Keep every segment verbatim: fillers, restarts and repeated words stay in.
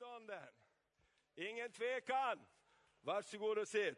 uppstånden. Ingen tvekan. Varsågod och sitt.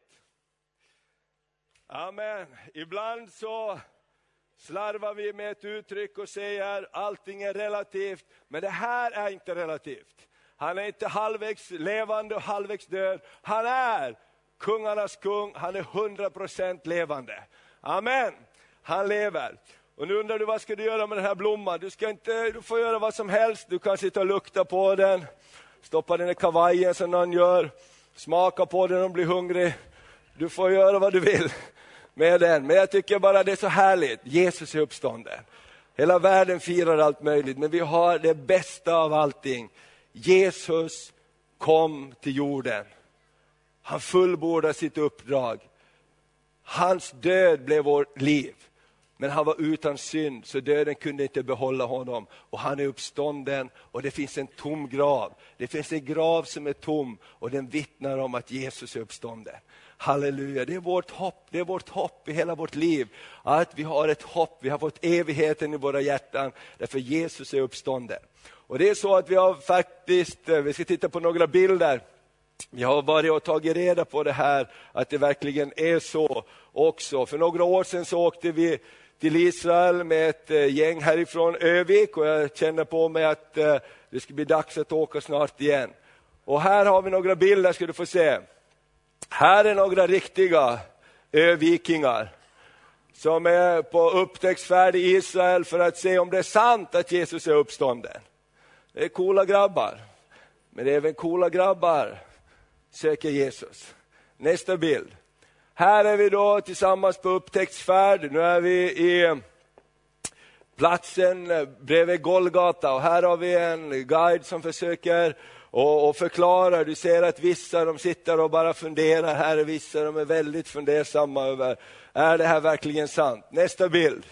Amen. Ibland så slarvar vi med ett uttryck och säger allting är relativt. Men det här är inte relativt. Han är inte halvvägs levande och halvvägs död. Han är kungarnas kung. Han är hundra procent levande. Amen. Han lever. Och nu undrar du, vad ska du göra med den här blomman? Du, ska inte, du får göra vad som helst. Du kan sitta och lukta på den. Stoppa den i kavajen som någon gör. Smaka på den om du blir hungrig. Du får göra vad du vill med den. Men jag tycker bara det är så härligt. Jesus är uppstånden. Hela världen firar allt möjligt. Men vi har det bästa av allting. Jesus kom till jorden. Han fullbordade sitt uppdrag. Hans död blev vårt liv. Men han var utan synd, så döden kunde inte behålla honom. Och han är uppstånden, och det finns en tom grav. Det finns en grav som är tom, och den vittnar om att Jesus är uppstånden. Halleluja, det är vårt hopp, det är vårt hopp i hela vårt liv. Att vi har ett hopp, vi har fått evigheten i våra hjärtan, därför Jesus är uppstånden. Och det är så att vi har faktiskt, vi ska titta på några bilder. Vi har varit och tagit reda på det här, att det verkligen är så också. För några år sedan så åkte vi till Israel med ett gäng härifrån Övik, och jag känner på mig att det ska bli dags att åka snart igen. Och här har vi några bilder, ska du få se. Här är några riktiga övikingar som är på upptäcktsfärd i Israel för att se om det är sant att Jesus är uppstånden. Det är coola grabbar, men det är även coola grabbar söker Jesus. Nästa bild. Här är vi då tillsammans på upptäcktsfärd. Nu är vi i platsen bredvid Golgata, och här har vi en guide som försöker och, och förklara. Du ser att vissa de sitter och bara funderar. Här är vissa, de är väldigt fundersamma över, är det här verkligen sant? Nästa bild.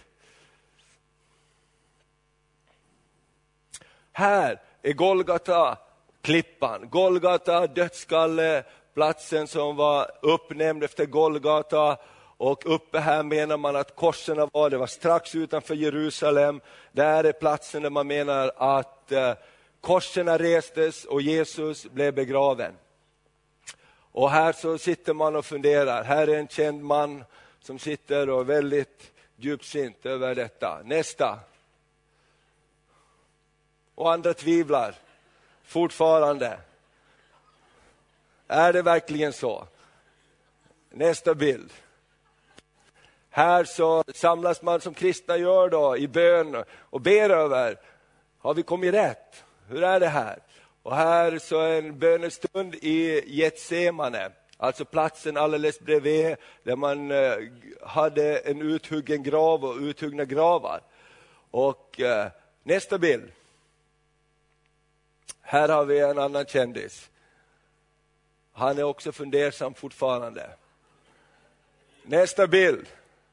Här är Golgata klippan. Golgata, dödskalle, platsen som var uppnämnd efter Golgata. Och uppe här menar man att korsen var, det var strax utanför Jerusalem. Där är platsen där man menar att eh, korsen restes och Jesus blev begraven. Och här så sitter man och funderar. Här är en känd man som sitter och är väldigt djupsint över detta. Nästa. Och andra tvivlar fortfarande. Är det verkligen så? Nästa bild. Här så samlas man som kristna gör då i bön och ber över, har vi kommit rätt? Hur är det här? Och här så är en bönestund i Getsemane, alltså platsen alldeles bredvid där man eh, hade en uthuggen grav och uthuggna gravar. Och eh, nästa bild. Här har vi en annan kändis. Han är också fundersam fortfarande. Nästa bild.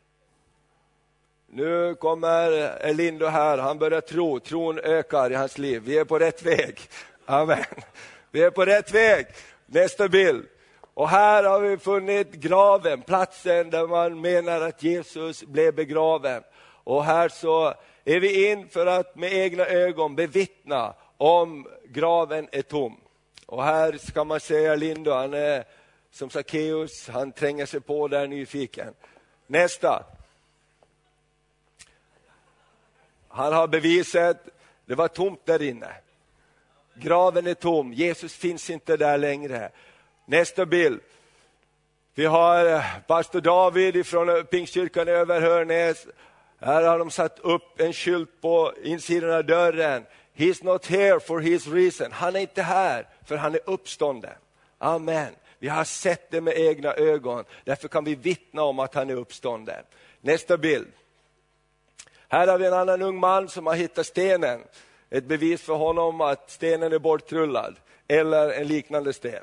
Nu kommer Elindo här. Han börjar tro. Tron ökar i hans liv. Vi är på rätt väg. Amen. Vi är på rätt väg. Nästa bild. Och här har vi funnit graven. Platsen där man menar att Jesus blev begraven. Och här så är vi in för att med egna ögon bevittna om graven är tom. Och här ska man säga Lindo, han är som Sackeus, han tränger sig på där nyfiken. Nästa. Han har beviset, det var tomt där inne. Graven är tom, Jesus finns inte där längre. Nästa bild. Vi har pastor David från Pingstkyrkan i Överhörnäs. Här har de satt upp en skylt på insidan av dörren. He's not here for his reason. Han är inte här för han är uppstånden. Amen. Vi har sett det med egna ögon. Därför kan vi vittna om att han är uppstånden. Nästa bild. Här har vi en annan ung man som har hittat stenen. Ett bevis för honom att stenen är bortkrullad. Eller en liknande sten.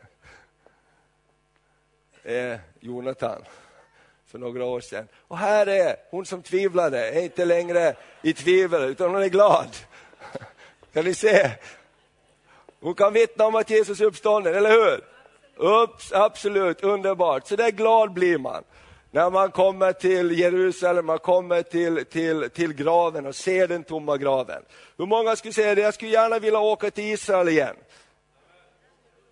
Eh, Jonathan. För några år sedan. Och här är hon som tvivlade. Är inte längre i tvivel utan hon är glad. Kan ni se? Hon kan vittna om att Jesus är uppstånden, eller hur? Ups, absolut, underbart. Så där glad blir man. När man kommer till Jerusalem, man kommer till, till, till graven och ser den tomma graven. Hur många skulle säga det? Jag skulle gärna vilja åka till Israel igen.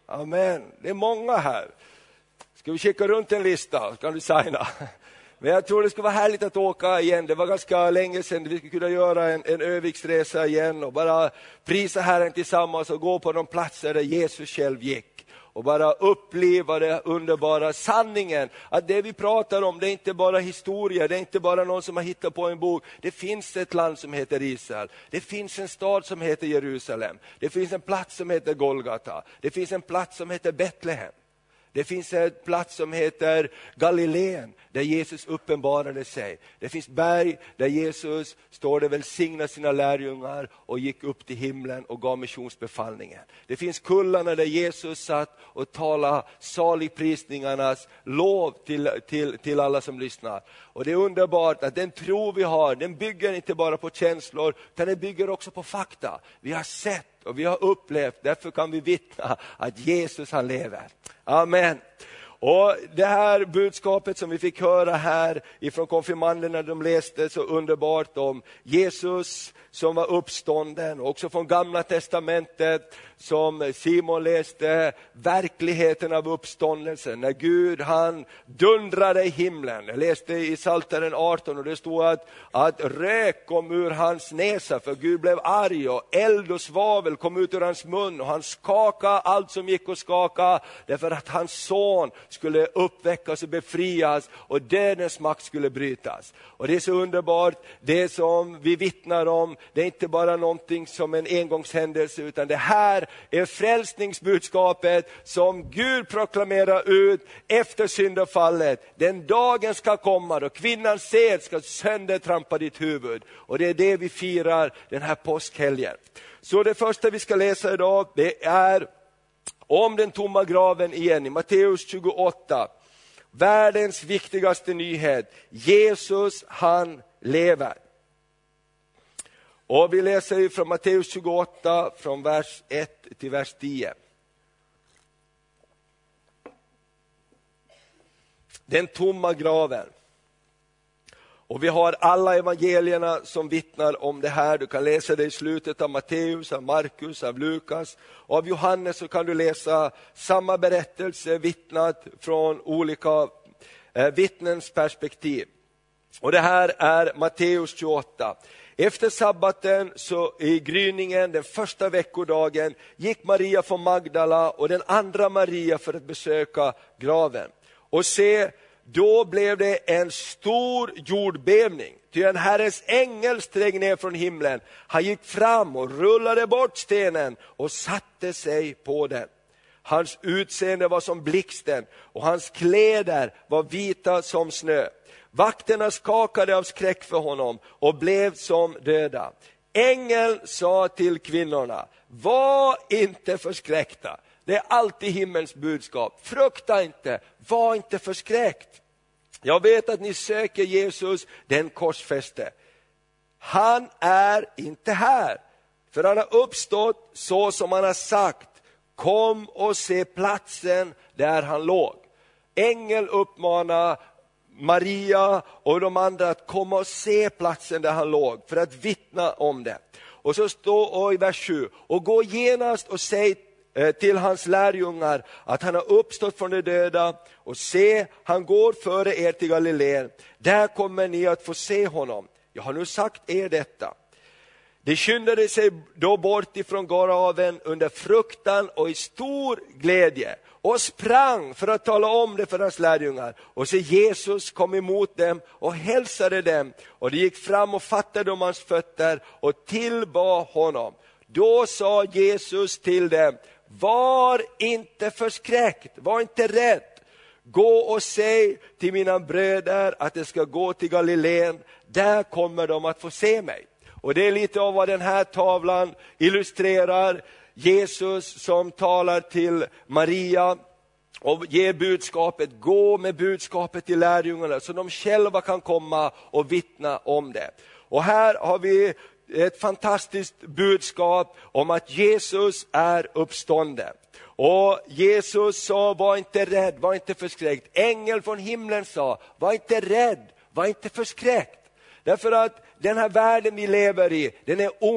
Amen. Det är många här. Ska vi skicka runt en lista? Kan du signa? Men jag tror det skulle vara härligt att åka igen. Det var ganska länge sedan vi skulle kunna göra en, en öviksresa igen. Och bara prisa Herren tillsammans och gå på de platser där Jesus själv gick. Och bara uppleva det underbara sanningen. Att det vi pratar om, det är inte bara historia. Det är inte bara någon som har hittat på en bok. Det finns ett land som heter Israel. Det finns en stad som heter Jerusalem. Det finns en plats som heter Golgata. Det finns en plats som heter Betlehem. Det finns en plats som heter Galileen där Jesus uppenbarade sig. Det finns berg där Jesus, står det, välsignade sina lärjungar och gick upp till himlen och gav missionsbefallningen. Det finns kullarna där Jesus satt och talade saligprisningarnas lov till, till, till alla som lyssnar. Och det är underbart att den tro vi har, den bygger inte bara på känslor utan den bygger också på fakta. Vi har sett och vi har upplevt, därför kan vi vittna att Jesus han lever. Amen. Och det här budskapet som vi fick höra här ifrån konfirmanderna, de läste så underbart om Jesus som var uppstånden. Och också från Gamla testamentet som Simon läste, verkligheten av uppståndelsen. När Gud han dundrade i himlen. Jag läste i Psaltaren arton och det stod att, att rök kom ur hans näsa för Gud blev arg. Och eld och svavel kom ut ur hans mun och han skakade allt som gick att skaka. Därför att hans son skulle uppväckas och befrias och dödens makt skulle brytas. Och det är så underbart, det som vi vittnar om, det är inte bara någonting som en engångshändelse utan det här är frälsningsbudskapet som Gud proklamerar ut efter syndafallet. Den dagen ska komma då kvinnans sed ska söndertrampa ditt huvud. Och det är det vi firar den här påskhelgen. Så det första vi ska läsa idag, det är om den tomma graven igen i Matteus tjugoåtta. Världens viktigaste nyhet. Jesus han lever. Och vi läser från Matteus tjugoåtta från vers ett till vers tio. Den tomma graven. Och vi har alla evangelierna som vittnar om det här. Du kan läsa det i slutet av Matteus, av Markus, av Lukas. Och av Johannes så kan du läsa samma berättelse vittnat från olika eh, vittnens perspektiv. Och det här är Matteus tjugoåtta. Efter sabbaten så i gryningen, den första veckodagen, gick Maria från Magdala och den andra Maria för att besöka graven. Och se, då blev det en stor jordbävning. Ty en Herrens ängel steg ner från himlen. Han gick fram och rullade bort stenen och satte sig på den. Hans utseende var som blixten och hans kläder var vita som snö. Vakterna skakade av skräck för honom och blev som döda. Ängeln sa till kvinnorna, var inte förskräckta. Det är alltid himmels budskap. Frukta inte, var inte förskräckt. Jag vet att ni söker Jesus, den korsfäste. Han är inte här, för han har uppstått så som han har sagt. Kom och se platsen där han låg. Ängel uppmanar Maria och de andra att komma och se platsen där han låg för att vittna om det. Och så står i vers sju, och gå genast och säg till hans lärjungar att han har uppstått från de döda, och se, han går före er till Galileen. Där kommer ni att få se honom. Jag har nu sagt er detta. De skyndade sig då bort ifrån graven under fruktan och i stor glädje och sprang för att tala om det för hans lärjungar. Och så Jesus kom emot dem och hälsade dem, och de gick fram och fattade om hans fötter och tillbad honom. Då sa Jesus till dem, var inte förskräckt, var inte rädd. Gå och säg till mina bröder att de ska gå till Galileen, där kommer de att få se mig. Och det är lite av vad den här tavlan illustrerar. Jesus som talar till Maria och ger budskapet, gå med budskapet till lärjungarna så de själva kan komma och vittna om det. Och här har vi ett fantastiskt budskap om att Jesus är uppstånden. Och Jesus sa, var inte rädd, var inte förskräckt. Ängel från himlen sa, var inte rädd, var inte förskräckt. Därför att den här världen vi lever i, den är ond.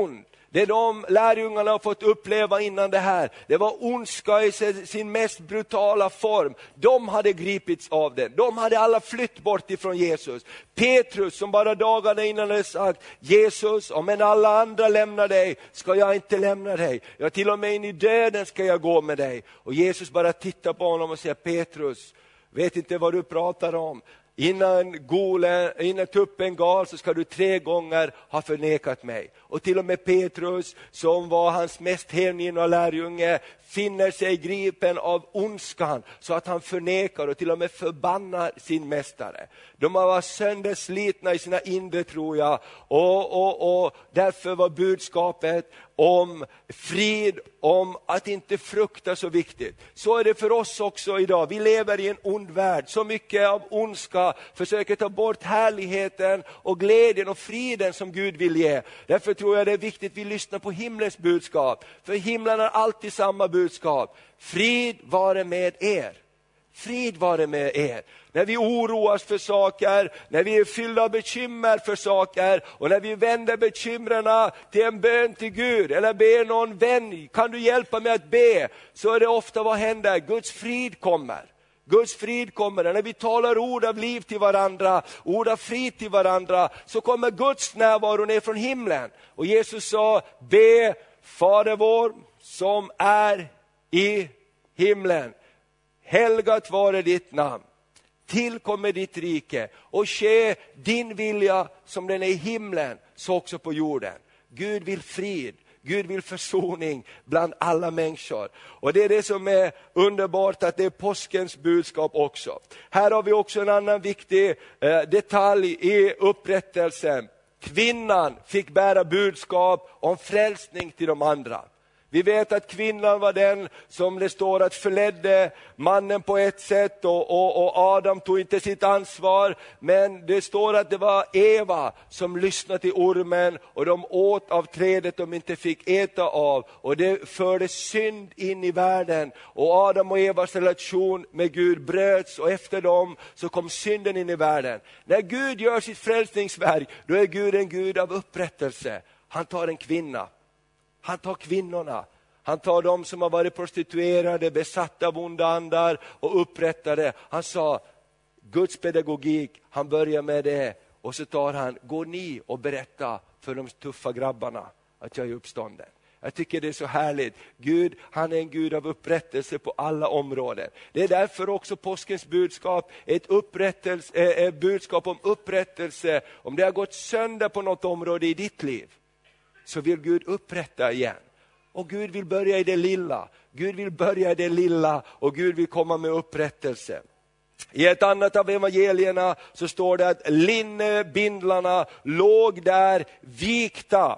Det de lärjungarna har fått uppleva innan det här, det var ondska i sin mest brutala form. De hade gripits av det. De hade alla flytt bort ifrån Jesus. Petrus som bara dagarna innan hade sagt, Jesus, om en alla andra lämnar dig ska jag inte lämna dig. Ja, till och med in i döden ska jag gå med dig. Och Jesus bara tittar på honom och säger, Petrus, vet inte vad du pratar om. Innan, golen, innan tuppen gal så ska du tre gånger ha förnekat mig. Och till och med Petrus som var hans mest hängivna lärjunge finner sig gripen av ondskan så att han förnekar och till och med förbannar sin mästare. De var sönderslitna i sina inre, tror jag, och, och, och därför var budskapet om frid, om att inte frukta så viktigt. Så är det för oss också idag. Vi lever i en ond värld. Så mycket av ondska försöker ta bort härligheten och glädjen och friden som Gud vill ge. Därför tror jag det är viktigt att vi lyssnar på himlens budskap. För himlen har alltid samma budskap. Frid vare med er. Frid vare med er. När vi oroas för saker, när vi är fyllda av bekymmer för saker och när vi vänder bekymren till en bön till Gud eller ber någon vän, kan du hjälpa mig att be? Så är det ofta vad händer? Guds frid kommer. Guds frid kommer. När vi talar ord av liv till varandra, ord av frid till varandra, så kommer Guds närvaro ner från himlen. Och Jesus sa, be Fader vår som är i himlen. Helgat vare ditt namn. Tillkommer ditt rike och ske din vilja som den är i himlen, så också på jorden. Gud vill frid. Gud vill försoning bland alla människor. Och det är det som är underbart, att det är påskens budskap också. Här har vi också en annan viktig eh, detalj i upprättelsen. Kvinnan fick bära budskap om frälsning till de andra. Vi vet att kvinnan var den som det står att förledde mannen på ett sätt och, och, och Adam tog inte sitt ansvar. Men det står att det var Eva som lyssnade till ormen och de åt av trädet de inte fick äta av. Och det förde synd in i världen och Adam och Evas relation med Gud bröts och efter dem så kom synden in i världen. När Gud gör sitt frälsningsverk, då är Gud en Gud av upprättelse. Han tar en kvinna. Han tar kvinnorna, han tar de som har varit prostituerade, besatta av onda andar och upprättade. Han sa, Guds pedagogik, han börjar med det och så tar han, gå ni och berätta för de tuffa grabbarna att jag är uppstånden. Jag tycker det är så härligt. Gud, han är en Gud av upprättelse på alla områden. Det är därför också påskens budskap är ett upprättelse, äh, budskap om upprättelse. Om det har gått sönder på något område i ditt liv, så vill Gud upprätta igen. Och Gud vill börja i det lilla. Gud vill börja i det lilla och Gud vill komma med upprättelse. I ett annat av evangelierna så står det att linnebindlarna låg där vikta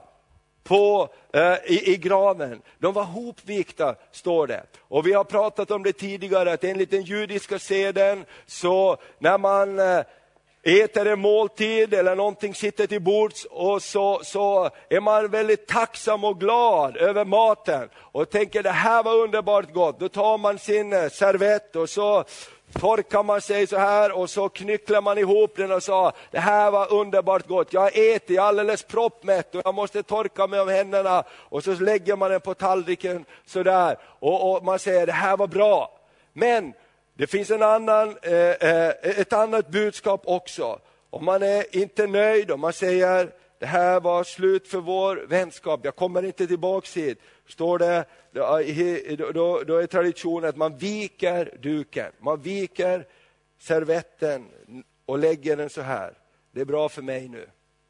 på, eh, i, i graven. De var hopvikta, står det. Och vi har pratat om det tidigare, att enligt den judiska seden så när man eh, äter en måltid eller någonting, sitter till bords och så, så är man väldigt tacksam och glad över maten och tänker det här var underbart gott. Då tar man sin servett och så torkar man sig så här och så knycklar man ihop den och sa det här var underbart gott. Jag har ätit alldeles proppmätt och jag måste torka mig om händerna, och så lägger man den på tallriken så där och, och man säger det här var bra. Men det finns en annan, eh, ett annat budskap också. Om man är inte nöjd, om man säger det här var slut för vår vänskap, jag kommer inte tillbaka hit, står det, då, då, då är traditionen att man viker duken, man viker servetten och lägger den så här. Det är bra för mig nu.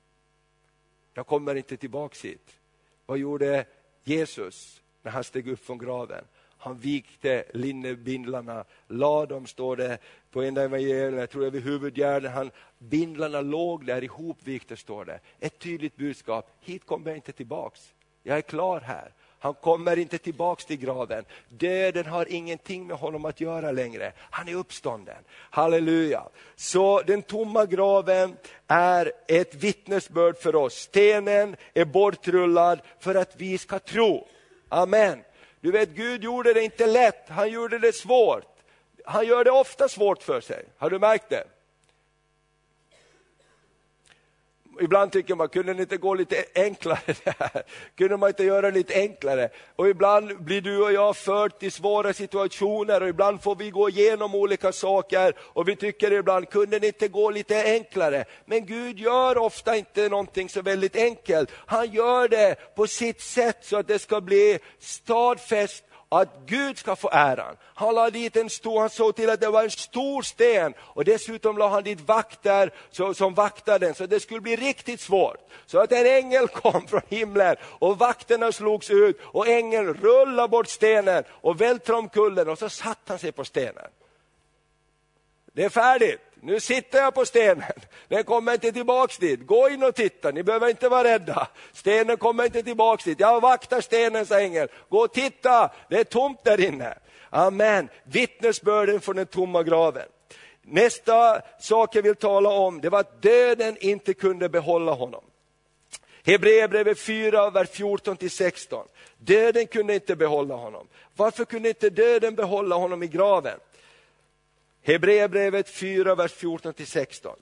Jag kommer inte tillbaka hit. Vad gjorde Jesus när han steg upp från graven? Han vikte linnebindlarna, la dem, står det på en evangelien, jag tror det är vid huvudgärden, han, bindlarna låg där ihopvikta, står det. Ett tydligt budskap, hit kommer jag inte tillbaks. Jag är klar här. Han kommer inte tillbaks till graven. Döden har ingenting med honom att göra längre. Han är uppstånden. Halleluja. Så den tomma graven är ett vittnesbörd för oss. Stenen är bortrullad för att vi ska tro. Amen. Du vet, Gud gjorde det inte lätt, han gjorde det svårt. Han gör det ofta svårt för sig. Har du märkt det? ibland tycker man, kunde det inte gå lite enklare där? Kunde man inte göra lite enklare? Och ibland blir du och jag fört till svåra situationer och ibland får vi gå igenom olika saker och vi tycker ibland, kunde det inte gå lite enklare? Men Gud gör ofta inte någonting så väldigt enkelt. Han gör det på sitt sätt så att det ska bli stadfäst, att Gud ska få äran. Han la dit en stor, han såg till att det var en stor sten och dessutom la han dit vakter så, som vaktade den, så det skulle bli riktigt svårt. Så att en ängel kom från himlen och vakterna slogs ut och ängeln rullade bort stenen och vältrade om kullen och så satt han sig på stenen. Det är färdigt. Nu sitter jag på stenen. Den kommer inte tillbaks dit. Gå in och titta. Ni behöver inte vara rädda. Stenen kommer inte tillbaks dit. Jag vaktar stenen, sa ängeln. Gå och titta. Det är tomt där inne. Amen. Vittnesbörden från den tomma graven. Nästa sak jag vill tala om, det var att döden inte kunde behålla honom. Hebreerbrevet fyra, vers fjorton till sexton. Döden kunde inte behålla honom. Varför kunde inte döden behålla honom i graven? Hebreerbrevet fyra, vers fjorton till sexton.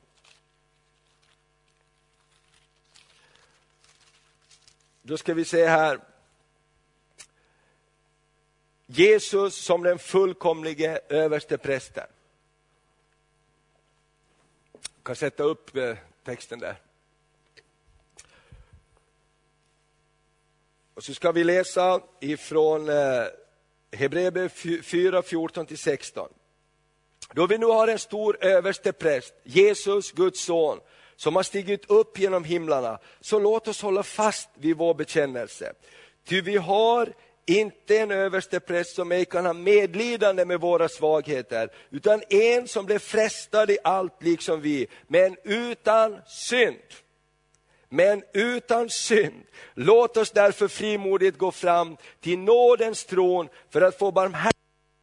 Då ska vi se här. Jesus som den fullkomlige överste prästen. Jag kan sätta upp texten där. Och så ska vi läsa ifrån Hebreerbrevet fyra, fjorton till sexton. Då vi nu har en stor överste präst, Jesus, Guds son, som har stigit upp genom himlarna, så låt oss hålla fast vid vår bekännelse. Ty vi har inte en överste präst som ej kan ha medlidande med våra svagheter, utan en som blev frestad i allt liksom vi, men utan synd. Men utan synd. Låt oss därför frimodigt gå fram till nådens tron för att få barmhärtighet.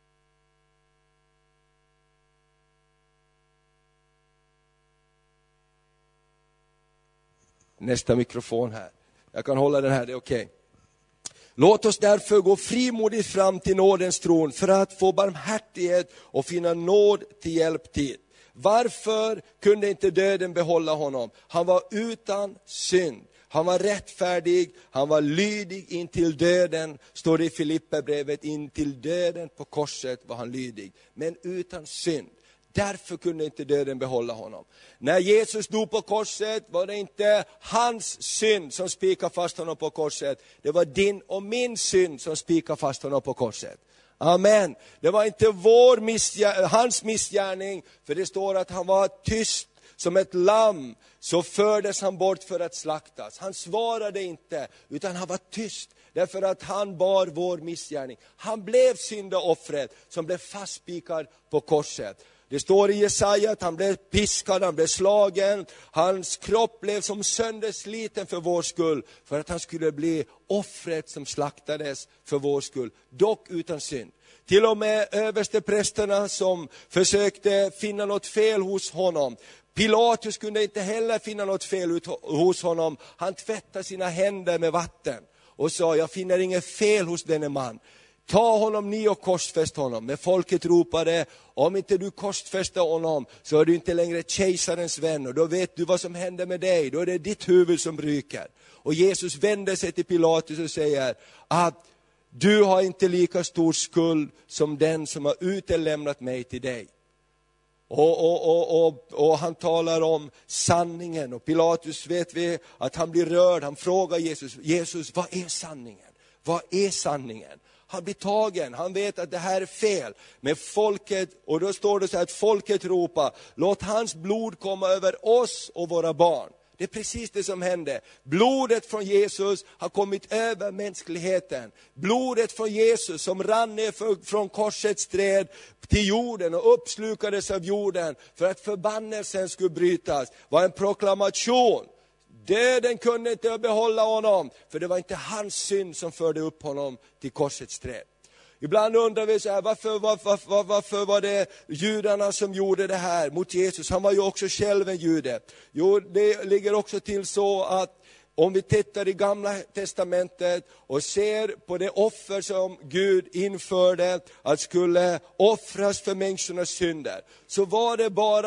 Nästa mikrofon här. Jag kan hålla den här, det är okej. Okay. Låt oss därför gå frimodigt fram till nådens tron för att få barmhärtighet och finna nåd till hjälptid. Varför kunde inte döden behålla honom? Han var utan synd. Han var rättfärdig, han var lydig in till döden. Står det i Filipperbrevet, in till döden på korset var han lydig. Men utan synd. Därför kunde inte döden behålla honom. När Jesus dog på korset var det inte hans synd som spikade fast honom på korset. Det var din och min synd som spikade fast honom på korset. Amen. Det var inte vår missgär- hans missgärning, för det står att han var tyst som ett lamm, så fördes han bort för att slaktas. Han svarade inte, utan han var tyst. Därför att han bar vår missgärning. Han blev syndaoffret som blev fastspikad på korset. Det står i Jesaja att han blev piskad, han blev slagen. Hans kropp blev som söndersliten för vår skull. För att han skulle bli offret som slaktades för vår skull. Dock utan synd. Till och med översteprästerna som försökte finna något fel hos honom. Pilatus kunde inte heller finna något fel hos honom. Han tvättade sina händer med vatten. Och sa, jag finner inget fel hos denne man. Ta honom ni och korsfäst honom. Men folket ropade, om inte du korsfäster honom så är du inte längre kejsarens vän. Och då vet du vad som händer med dig. Då är det ditt huvud som ryker. Och Jesus vänder sig till Pilatus och säger att du har inte lika stor skuld som den som har utelämnat mig till dig. Och, och, och, och, och han talar om sanningen. Och Pilatus vet vi att han blir rörd. Han frågar Jesus, Jesus, vad är sanningen? Vad är sanningen? Han blir tagen, han vet att det här är fel. Men folket, och då står det så här att folket ropar, låt hans blod komma över oss och våra barn. Det är precis det som hände. Blodet från Jesus har kommit över mänskligheten. Blodet från Jesus som rann ner från korsets träd till jorden och uppslukades av jorden för att förbannelsen skulle brytas, var en proklamation. Döden kunde inte behålla honom, för det var inte hans synd som förde upp honom till korsets träd. Ibland undrar vi så här, varför, varför, varför, varför var det judarna som gjorde det här mot Jesus? Han var ju också själv en jude. Jo, det ligger också till så att om vi tittar i Gamla testamentet och ser på det offer som Gud införde, att skulle offras för människornas synder, så var det bara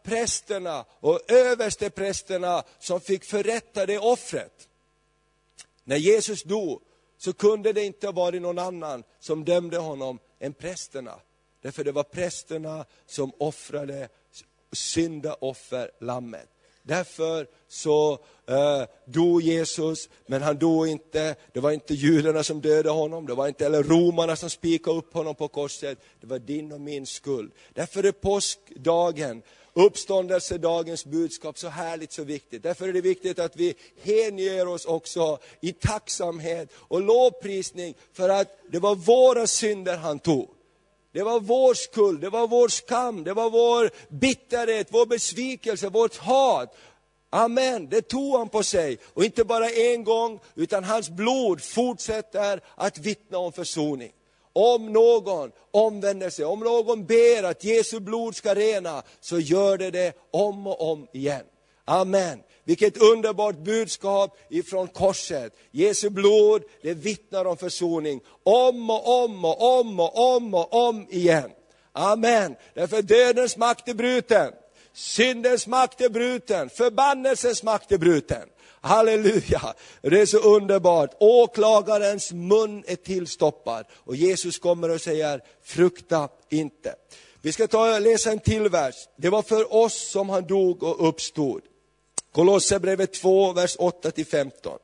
prästerna och överste prästerna som fick förrätta det offret. När Jesus dog så kunde det inte vara någon annan som dömde honom än prästerna. Därför det var prästerna som offrade syndaofferlammet. Därför så eh, dog Jesus, men han dog inte. Det var inte judarna som dödade honom. Det var inte eller romarna som spikade upp honom på korset. Det var din och min skuld. Därför är påskdagen, uppståndelsedagens budskap så härligt, så viktigt. Därför är det viktigt att vi hänger oss också i tacksamhet och lovprisning för att det var våra synder han tog. Det var vår skuld, det var vår skam, det var vår bitterhet, vår besvikelse, vårt hat. Amen, det tog han på sig. Och inte bara en gång, utan hans blod fortsätter att vittna om försoning. Om någon omvänder sig, om någon ber att Jesu blod ska rena, så gör det det om och om igen. Amen. Vilket underbart budskap ifrån korset. Jesu blod, det vittnar om försoning. Om och om och om och om och om igen. Amen. Därför dödens makt är bruten. Syndens makt är bruten. Förbannelsens makt är bruten. Halleluja. Det är så underbart. Åklagarens mun är tillstoppad. Och Jesus kommer och säger, frukta inte. Vi ska ta och läsa en till vers. Det var för oss som han dog och uppstod. Kolosserbrevet två, vers åtta till femton.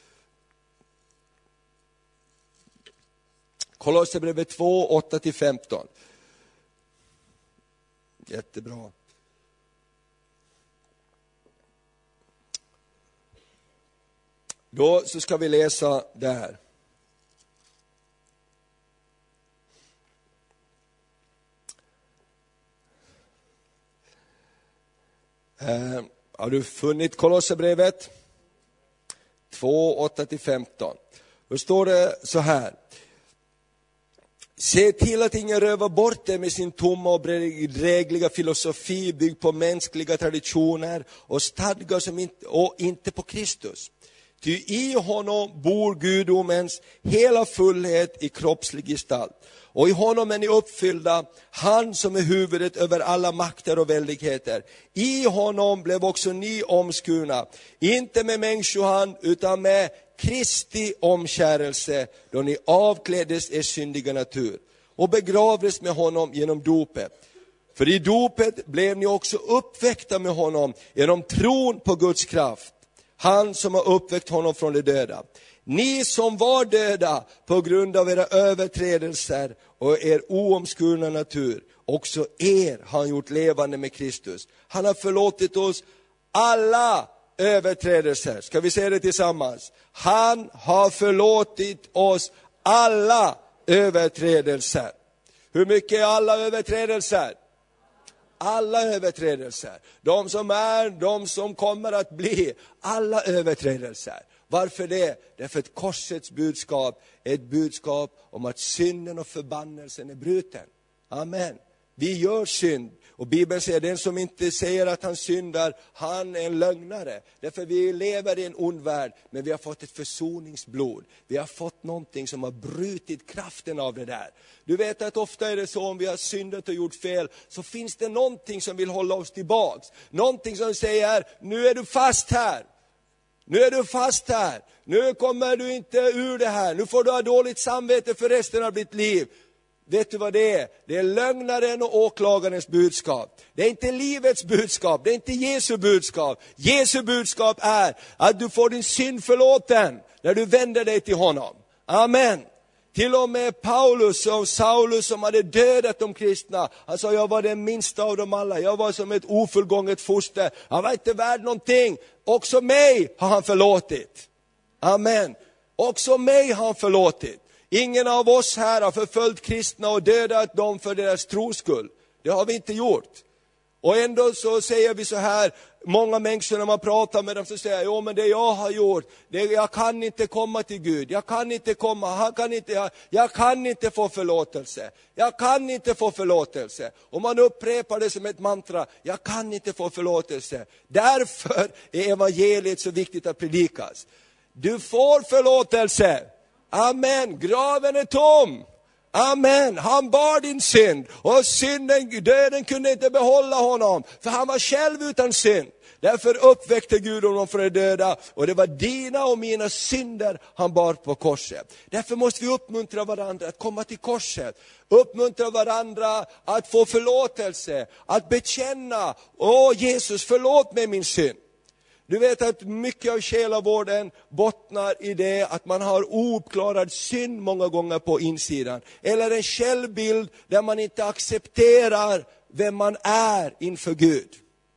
Kolosserbrevet två, åtta till femton. Jättebra. Då så ska vi läsa där. Eh, har du funnit Kolosserbrevet två, åtta till femton? Då står det så här. Se till att ingen rövar bort det med sin tomma och bedrägliga filosofi byggd på mänskliga traditioner och stadgar som inte, och inte på Kristus. Ty i honom bor gudomens hela fullhet i kroppslig gestalt. Och i honom är ni uppfyllda, han som är huvudet över alla makter och väldigheter. I honom blev också ni omskurna, inte med människohand utan med Kristi omkärelse, då ni avkläddes er syndiga natur och begravdes med honom genom dopet. För i dopet blev ni också uppväckta med honom genom tron på Guds kraft. Han som har uppväckt honom från de döda. Ni som var döda på grund av era överträdelser och er oomskurna natur, också er har han gjort levande med Kristus. Han har förlåtit oss alla överträdelser. Ska vi säga det tillsammans? Han har förlåtit oss alla överträdelser. Hur mycket är alla överträdelser? Alla överträdelser. De som är, de som kommer att bli. Alla överträdelser. Varför det? Därför att korsets budskap är ett budskap om att synden och förbannelsen är bruten. Amen. Vi gör synd. Och Bibeln säger, den som inte säger att han syndar, han är en lögnare. Därför vi lever i en ond värld, men vi har fått ett försoningsblod. Vi har fått någonting som har brutit kraften av det där. Du vet att ofta är det så, om vi har syndat och gjort fel, så finns det någonting som vill hålla oss tillbaks. Någonting som säger, nu är du fast här. Nu är du fast här. Nu kommer du inte ur det här. Nu får du ha dåligt samvete för resten av ditt liv. Vet du vad det är? Det är lögnaren och åklagarens budskap. Det är inte livets budskap. Det är inte Jesu budskap. Jesu budskap är att du får din synd förlåten när du vänder dig till honom. Amen. Till och med Paulus och Saulus som hade dödat de kristna. Han sa, jag var den minsta av dem alla. Jag var som ett ofullgånget foster. Han var inte värd någonting. Också mig har han förlåtit. Amen. Också mig har han förlåtit. Ingen av oss här har förföljt kristna och dödat dem för deras troskull. Det har vi inte gjort. Och ändå så säger vi så här, många människor när man pratar med dem så säger, jo men det jag har gjort, det, jag kan inte komma till Gud. Jag kan inte komma, han kan inte, jag, jag kan inte få förlåtelse. Jag kan inte få förlåtelse. Och man upprepar det som ett mantra, jag kan inte få förlåtelse. Därför är evangeliet så viktigt att predikas. Du får förlåtelse. Amen, graven är tom. Amen, han bar din synd och synden, döden kunde inte behålla honom, för han var själv utan synd. Därför uppväckte Gud honom från de döda, och det var dina och mina synder han bar på korset. Därför måste vi uppmuntra varandra att komma till korset. Uppmuntra varandra att få förlåtelse, att bekänna, åh Jesus, förlåt mig min synd. Du vet att mycket av själavården bottnar i det att man har ouppklarad synd många gånger på insidan. Eller en självbild där man inte accepterar vem man är inför Gud.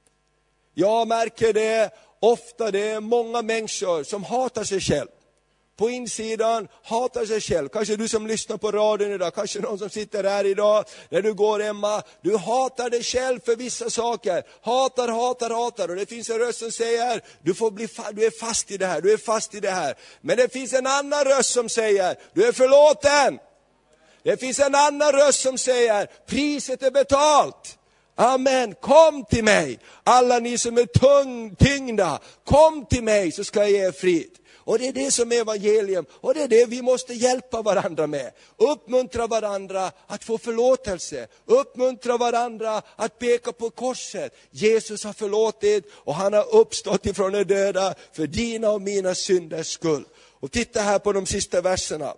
Jag märker det ofta, det är många människor som hatar sig själv. På insidan hatar sig själv. Kanske du som lyssnar på radion idag, kanske någon som sitter här idag, när du går hemma. Du hatar dig själv för vissa saker. Hatar, hatar, hatar. Och det finns en röst som säger, du, får bli fa- du är fast i det här, du är fast i det här. Men det finns en annan röst som säger, du är förlåten. Det finns en annan röst som säger, priset är betalt. Amen, kom till mig. Alla ni som är tung, tyngda, kom till mig så ska jag ge er frid. Och det är det som är evangelium. Och det är det vi måste hjälpa varandra med. Uppmuntra varandra att få förlåtelse. Uppmuntra varandra att peka på korset. Jesus har förlåtit och han har uppstått ifrån de döda för dina och mina synders skull. Och titta här på de sista verserna.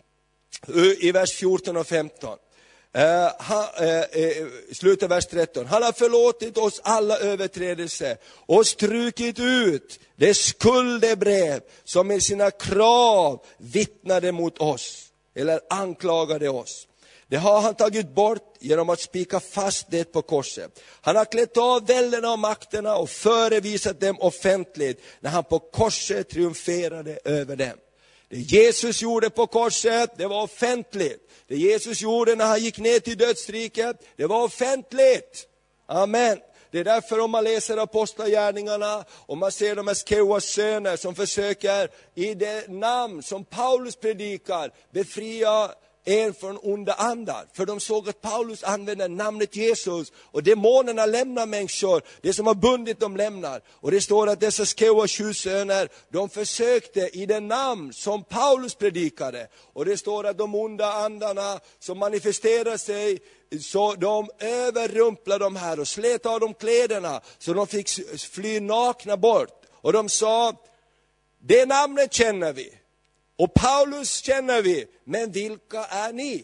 I vers fjorton och femton. Uh, han, uh, uh, slutet vers tretton. Han har förlåtit oss alla överträdelser och strukit ut det skuldebrev som med sina krav vittnade mot oss eller anklagade oss. Det har han tagit bort genom att spika fast det på korset. Han har klätt av välderna och makterna och förevisat dem offentligt när han på korset triumferade över dem. Det Jesus gjorde på korset, det var offentligt. Det Jesus gjorde när han gick ner till dödsriket, det var offentligt. Amen. Det är därför om man läser apostlagärningarna och man ser de här Skeuas söner som försöker i det namn som Paulus predikar befria en från onda andar. För de såg att Paulus använde namnet Jesus och demonerna lämnar människor. Det som har bundit dem lämnar. Och det står att dessa Skeuas sju söner, de försökte i det namn som Paulus predikade. Och det står att de onda andarna som manifesterar sig, så de överrumplade de här och slet av dem kläderna. Så de fick fly nakna bort. Och de sa, det namnet känner vi. Och Paulus känner vi, men vilka är ni?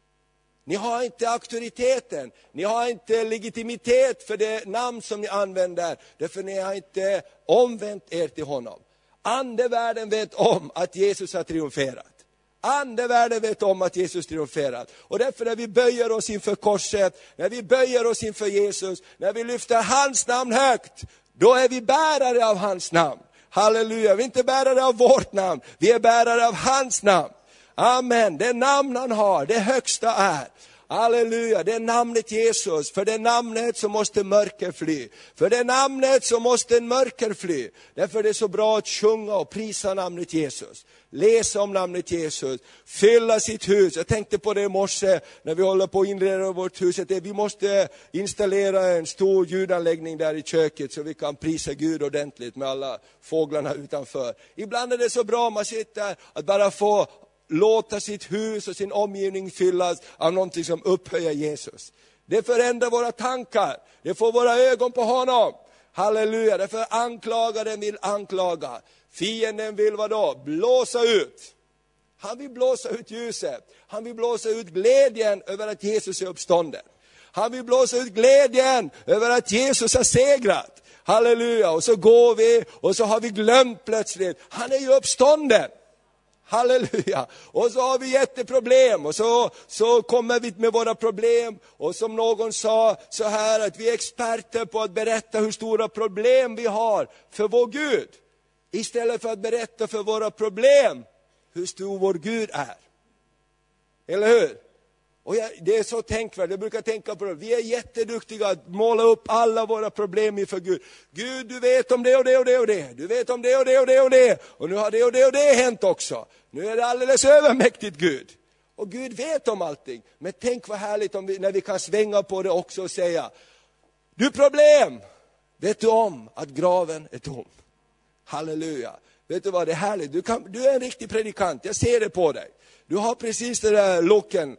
Ni har inte auktoriteten, ni har inte legitimitet för det namn som ni använder, därför ni har inte omvänt er till honom. Andevärlden vet om att Jesus har triumferat. Andevärlden vet om att Jesus triumferat. Och därför när vi böjer oss inför korset, när vi böjer oss inför Jesus, när vi lyfter hans namn högt, då är vi bärare av hans namn. Halleluja, vi är inte bärare av vårt namn, vi är bärare av hans namn. Amen, det namn han har, det högsta är. Halleluja, det är namnet Jesus. För det namnet så måste mörker fly. För det namnet så måste en mörker fly. Därför är det så bra att sjunga och prisa namnet Jesus. Läsa om namnet Jesus. Fylla sitt hus. Jag tänkte på det i morse när vi håller på att inreda vårt hus. Att vi måste installera en stor ljudanläggning där i köket så vi kan prisa Gud ordentligt med alla fåglarna utanför. Ibland är det så bra man sitter att bara få låta sitt hus och sin omgivning fyllas av någonting som upphöjer Jesus. Det förändrar våra tankar. Det får våra ögon på honom. Halleluja. Därför anklagaren vill anklaga. Fienden vill vad då? Blåsa ut. Han vill blåsa ut ljuset. Han vill blåsa ut glädjen över att Jesus är uppstånden. Han vill blåsa ut glädjen över att Jesus har segrat. Halleluja. Och så går vi och så har vi glömt plötsligt. Han är ju uppstånden. Halleluja. Och så har vi jätteproblem och så, så kommer vi med våra problem. Och som någon sa så här att vi är experter på att berätta hur stora problem vi har för vår Gud. Istället för att berätta för våra problem hur stor vår Gud är. Eller hur? Och jag, det är så tänkvärt, jag brukar tänka på det. Vi är jätteduktiga att måla upp alla våra problem inför Gud. Gud, du vet om det och det och det och det. Du vet om det och det och det och det. Och nu har det och det och det hänt också. Nu är det alldeles övermäktigt Gud. Och Gud vet om allting. Men tänk vad härligt om vi, när vi kan svänga på det också och säga: du problem, vet du om att graven är tom? Halleluja. Vet du vad, det är härligt. Du, kan, du är en riktig predikant, jag ser det på dig. Du har precis den där looken.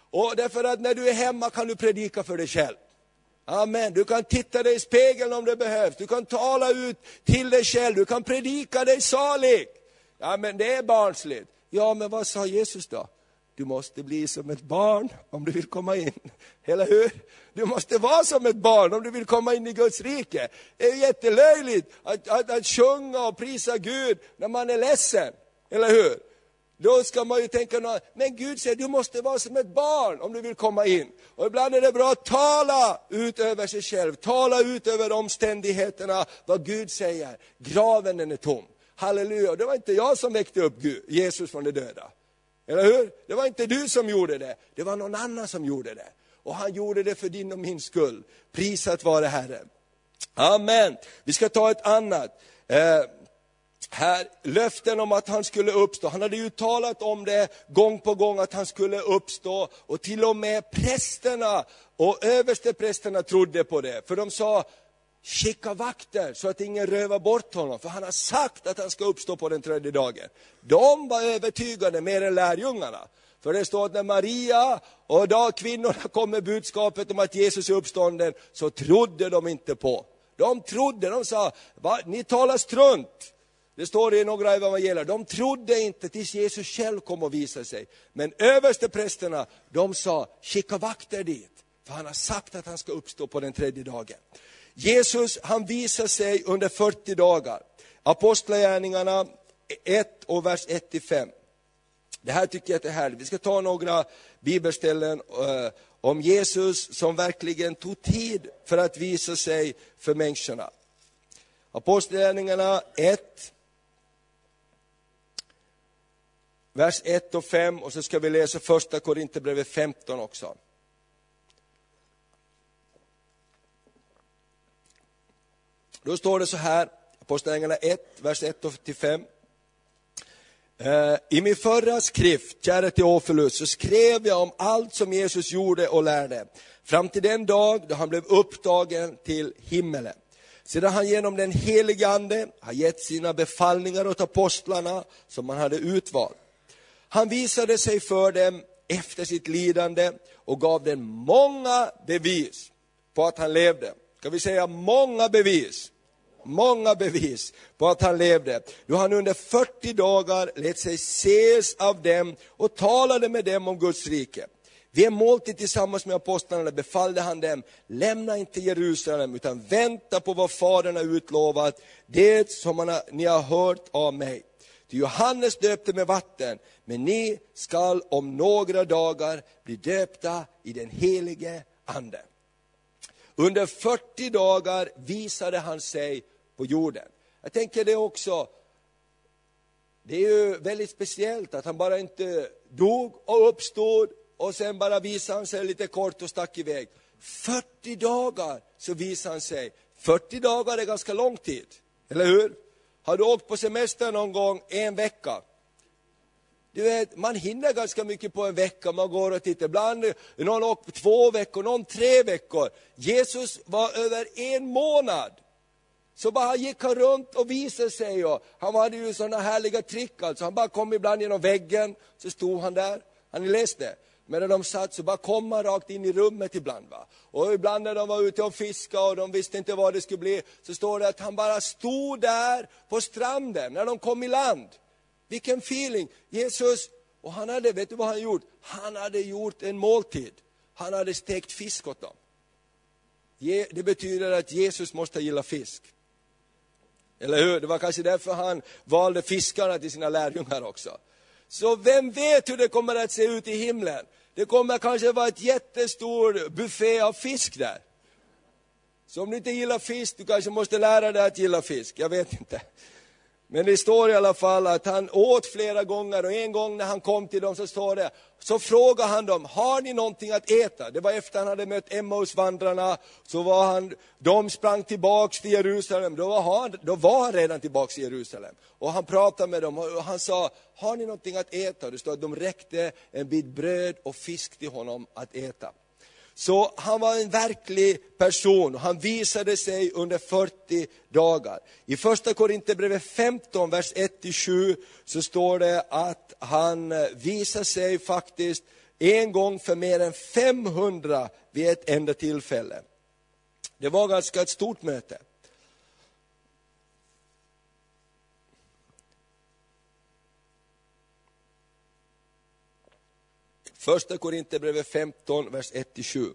Och därför att när du är hemma kan du predika för dig själv. Amen. Du kan titta dig i spegeln om det behövs. Du kan tala ut till dig själv. Du kan predika dig salig. Ja, men det är barnsligt. Ja, men vad sa Jesus då? Du måste bli som ett barn om du vill komma in. Eller hur? Du måste vara som ett barn om du vill komma in i Guds rike. Det är jättelöjligt att, att, att sjunga och prisa Gud när man är ledsen. Eller hur? Då ska man ju tänka, men Gud säger du måste vara som ett barn om du vill komma in. Och ibland är det bra att tala ut över sig själv. Tala ut över omständigheterna vad Gud säger. Graven den är tom. Halleluja. Det var inte jag som väckte upp Gud, Jesus från de döda. Eller hur? Det var inte du som gjorde det. Det var någon annan som gjorde det. Och han gjorde det för din och min skull. Prisat vare Herren. Amen. Vi ska ta ett annat. Eh, här, löften om att han skulle uppstå. Han hade ju talat om det gång på gång att han skulle uppstå. Och till och med prästerna och översteprästerna trodde på det. För de sa, skicka vakter så att ingen rövar bort honom. För han har sagt att han ska uppstå på den tredje dagen. De var övertygade mer än lärjungarna. För det står att när Maria och då kvinnorna kom med budskapet om att Jesus är uppstånden, så trodde de inte på. De trodde, de sa, va? Ni talar strunt. Det står i några evangelier. De trodde inte tills Jesus själv kom och visade sig. Men översteprästerna, de sa, skicka vakter dit. För han har sagt att han ska uppstå på den tredje dagen. Jesus, han visar sig under fyrtio dagar. Apostlagärningarna ett och vers ett till fem. Det här tycker jag är härligt. Vi ska ta några bibelställen uh, om Jesus som verkligen tog tid för att visa sig för människorna. Apostlagärningarna ett, vers ett och fem, och så ska vi läsa första Korinthierbrevet femton också. Då står det så här, Apostlagärningarna ett, vers ett till fem. I min förra skrift, kära Teofilus, så skrev jag om allt som Jesus gjorde och lärde. Fram till den dag då han blev upptagen till himmelen. Sedan han genom den helige ande har gett sina befallningar åt apostlarna som han hade utvalt. Han visade sig för dem efter sitt lidande och gav dem många bevis på att han levde. Ska vi säga många bevis? Många bevis på att han levde. Då han under fyrtio dagar lät sig ses av dem och talade med dem om Guds rike. Vid en måltid tillsammans med apostlarna befallde han dem, lämna inte Jerusalem utan vänta på vad Fadern har utlovat, det som han har, ni har hört av mig. Till Johannes döpte med vatten, men ni skall om några dagar bli döpta i den helige ande. Under fyrtio dagar visade han sig på jorden. Jag tänker det också, det är ju väldigt speciellt att han bara inte dog och uppstod och sen bara visade han sig lite kort och stack iväg. fyrtio dagar så visade han sig. fyrtio dagar är ganska lång tid, eller hur? Har du åkt på semester någon gång en vecka? Du vet, man hinner ganska mycket på en vecka. Man går och tittar. Ibland någon åkt på två veckor, någon tre veckor. Jesus var över en månad. Så bara gick han runt och visade sig. Och han hade ju sådana härliga trick. Alltså. Han bara kom ibland genom väggen. Så stod han där. Han läste. Men när de satt så bara kom han rakt in i rummet ibland. Va? Och ibland när de var ute och fiska och de visste inte vad det skulle bli. Så står det att han bara stod där på stranden när de kom i land. Vilken feeling. Jesus, och han hade, vet du vad han gjort? Han hade gjort en måltid. Han hade stekt fisk åt dem. Det betyder att Jesus måste gilla fisk. Eller hur? Det var kanske därför han valde fiskarna till sina lärjungar också. Så vem vet hur det kommer att se ut i himlen? Det kommer kanske vara ett jättestor buffé av fisk där. Så om du inte gillar fisk, du kanske måste lära dig att gilla fisk. Jag vet inte. Men det står i alla fall att han åt flera gånger, och en gång när han kom till dem så står det, så frågade han dem, har ni någonting att äta? Det var efter han hade mött Emmausvandrarna, så var han, de sprang tillbaks till Jerusalem, då var, han, då var han redan tillbaks i Jerusalem. Och han pratade med dem och han sa, har ni någonting att äta? Det står att de räckte en bit bröd och fisk till honom att äta. Så han var en verklig person. Han visade sig under fyrtio dagar. I första Korinthierbrevet femton, vers ett till sju, så står det att han visade sig faktiskt en gång för mer än femhundra vid ett enda tillfälle. Det var ganska ett stort möte. Första Korinthierbrevet femton, vers ett till sju.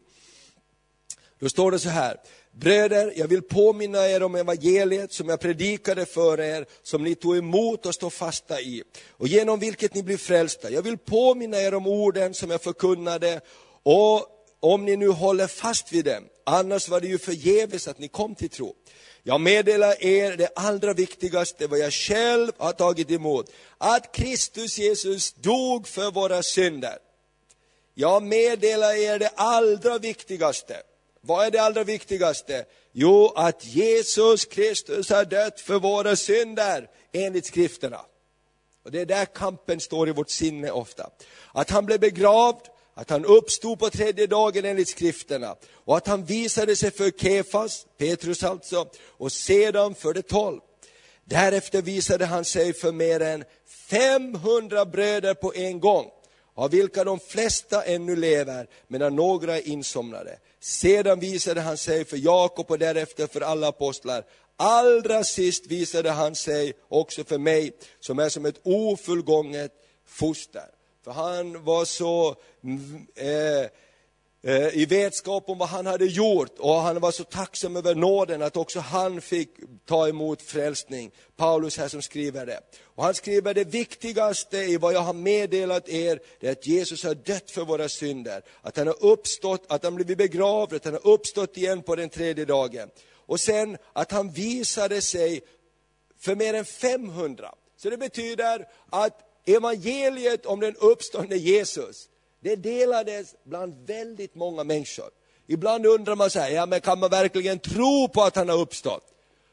Då står det så här: bröder, jag vill påminna er om evangeliet som jag predikade för er, som ni tog emot och står fasta i, och genom vilket ni blir frälsta. Jag vill påminna er om orden som jag förkunnade, och om ni nu håller fast vid dem, annars var det ju förgäves att ni kom till tro. Jag meddelar er det allra viktigaste, vad jag själv har tagit emot, att Kristus Jesus dog för våra synder. Jag meddelar er det allra viktigaste. Vad är det allra viktigaste? Jo, att Jesus Kristus har dött för våra synder enligt skrifterna. Och det är där kampen står i vårt sinne ofta. Att han blev begravd, att han uppstod på tredje dagen enligt skrifterna, och att han visade sig för Kefas, Petrus alltså, och sedan för de tolv. Därefter visade han sig för mer än femhundra bröder på en gång, av vilka de flesta ännu lever, medan några är insomnade. Sedan visade han sig för Jakob och därefter för alla apostlar. Allra sist visade han sig också för mig, som är som ett ofullgånget foster. För han var så eh, eh, i vetskap om vad han hade gjort, och han var så tacksam över nåden att också han fick ta emot frälsning. Paulus här som skriver det. Och han skriver: det viktigaste i vad jag har meddelat er, det är att Jesus har dött för våra synder, att han har uppstått, att han blivit begravd, att han har uppstått igen på den tredje dagen. Och sen att han visade sig för mer än femhundra. Så det betyder att evangeliet om den uppståndne Jesus, det delades bland väldigt många människor. Ibland undrar man så här, ja men kan man verkligen tro på att han har uppstått?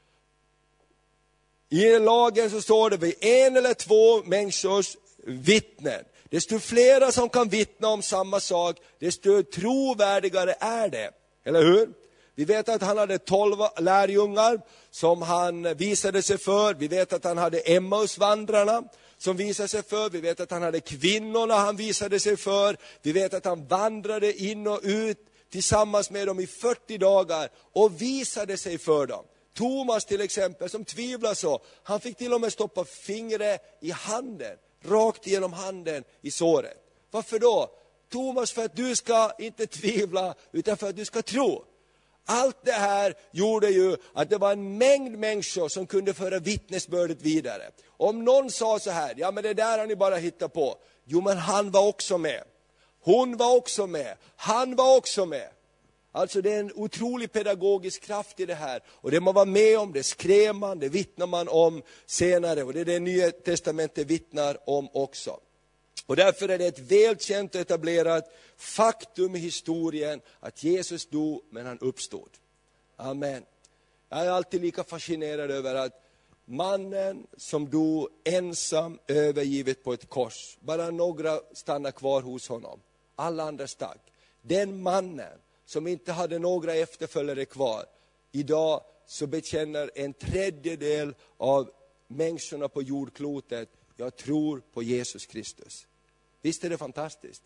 I lagen så står det vid en eller två människors vittnen. Desto flera som kan vittna om samma sak, desto trovärdigare är det. Eller hur? Vi vet att han hade tolv lärjungar som han visade sig för. Vi vet att han hade Emmausvandrarna som visade sig för. Vi vet att han hade kvinnorna han visade sig för. Vi vet att han vandrade in och ut tillsammans med dem i fyrtio dagar och visade sig för dem. Thomas till exempel, som tvivlar så, han fick till och med stoppa fingret i handen, rakt igenom handen i såret. Varför då? Thomas, för att du ska inte tvivla, utan för att du ska tro. Allt det här gjorde ju att det var en mängd människor som kunde föra vittnesbördet vidare. Om någon sa så här, ja men det där har ni bara hittat på. Jo men han var också med. Hon var också med. Han var också med. Alltså det är en otrolig pedagogisk kraft i det här. Och det man var med om, det skrev man, det vittnar man om senare. Och det är det Nya testamentet vittnar om också. Och därför är det ett välkänt och etablerat faktum i historien att Jesus dog men han uppstod. Amen. Jag är alltid lika fascinerad över att mannen som dog ensam övergivet på ett kors. Bara några stannar kvar hos honom. Alla andra stack. Den mannen som inte hade några efterföljare kvar. Idag så bekänner en tredjedel av människorna på jordklotet: jag tror på Jesus Kristus. Visst är det fantastiskt?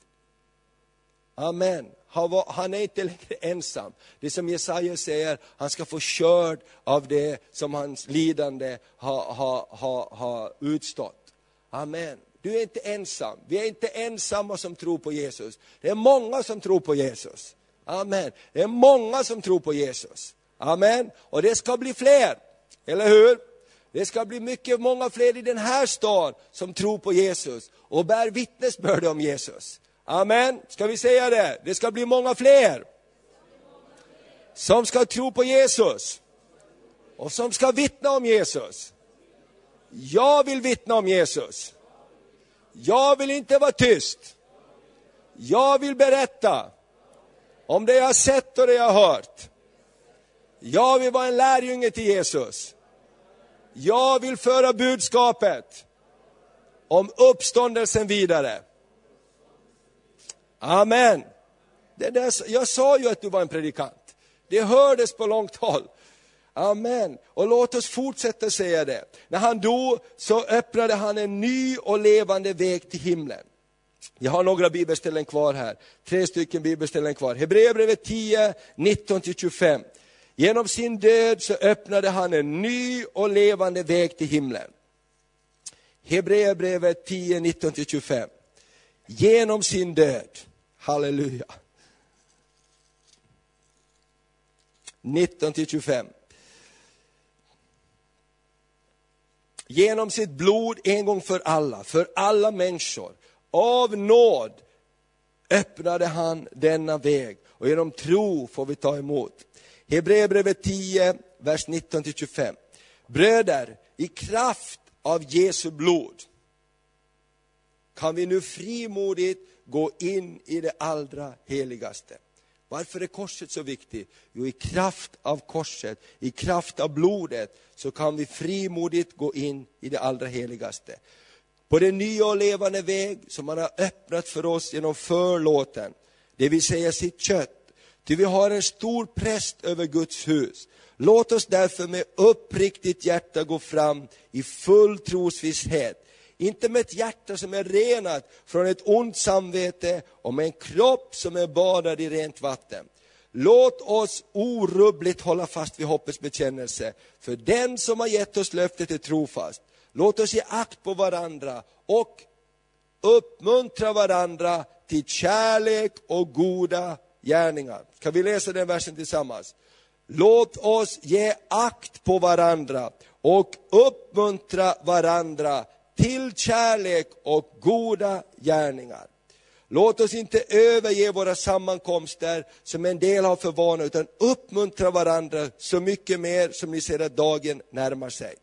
Amen. Han, var, han är inte längre ensam. Det som Jesaja säger, han ska få körd av det som hans lidande har, har, har, har utstått. Amen. Du är inte ensam. Vi är inte ensamma som tror på Jesus. Det är många som tror på Jesus. Amen. Det är många som tror på Jesus. Amen. Och det ska bli fler. Eller hur? Det ska bli mycket, många fler i den här stan som tror på Jesus och bär vittnesbörd om Jesus. Amen. Ska vi säga det? Det ska bli många fler som ska tro på Jesus och som ska vittna om Jesus. Jag vill vittna om Jesus. Jag vill inte vara tyst. Jag vill berätta om det jag har sett och det jag har hört. Jag vill vara en lärjunge till Jesus. Jag vill föra budskapet om uppståndelsen vidare. Amen. Det där, jag sa ju att du var en predikant. Det hördes på långt håll. Amen. Och låt oss fortsätta säga det. När han dog så öppnade han en ny och levande väg till himlen. Jag har några bibelställen kvar här. Tre stycken bibelställen kvar. Hebreerbrevet tio, nitton till tjugofem. Genom sin död så öppnade han en ny och levande väg till himlen. Hebreerbrevet tio, nitton till tjugofem. Genom sin död. Halleluja. nitton till tjugofem. Genom sitt blod en gång för alla, för alla människor, av nåd öppnade han denna väg. Och genom tro får vi ta emot. Hebreerbrevet tio, vers nitton till tjugofem. Bröder, i kraft av Jesu blod kan vi nu frimodigt gå in i det allra heligaste. Varför är korset så viktigt? Jo, i kraft av korset, i kraft av blodet, så kan vi frimodigt gå in i det allra heligaste. På den nya och levande väg som man har öppnat för oss genom förlåten, det vill säga sitt kött. Ty vi har en stor präst över Guds hus. Låt oss därför med uppriktigt hjärta gå fram i full trosvisshet. Inte med ett hjärta som är renat från ett ont samvete och med en kropp som är badad i rent vatten. Låt oss orubbligt hålla fast vid hoppets bekännelse. För den som har gett oss löftet är trofast. Låt oss ge akt på varandra och uppmuntra varandra till kärlek och goda gärningar. Kan vi läsa den versen tillsammans? Låt oss ge akt på varandra och uppmuntra varandra till kärlek och goda gärningar. Låt oss inte överge våra sammankomster som en del har för vana, utan uppmuntra varandra så mycket mer som ni ser att dagen närmar sig.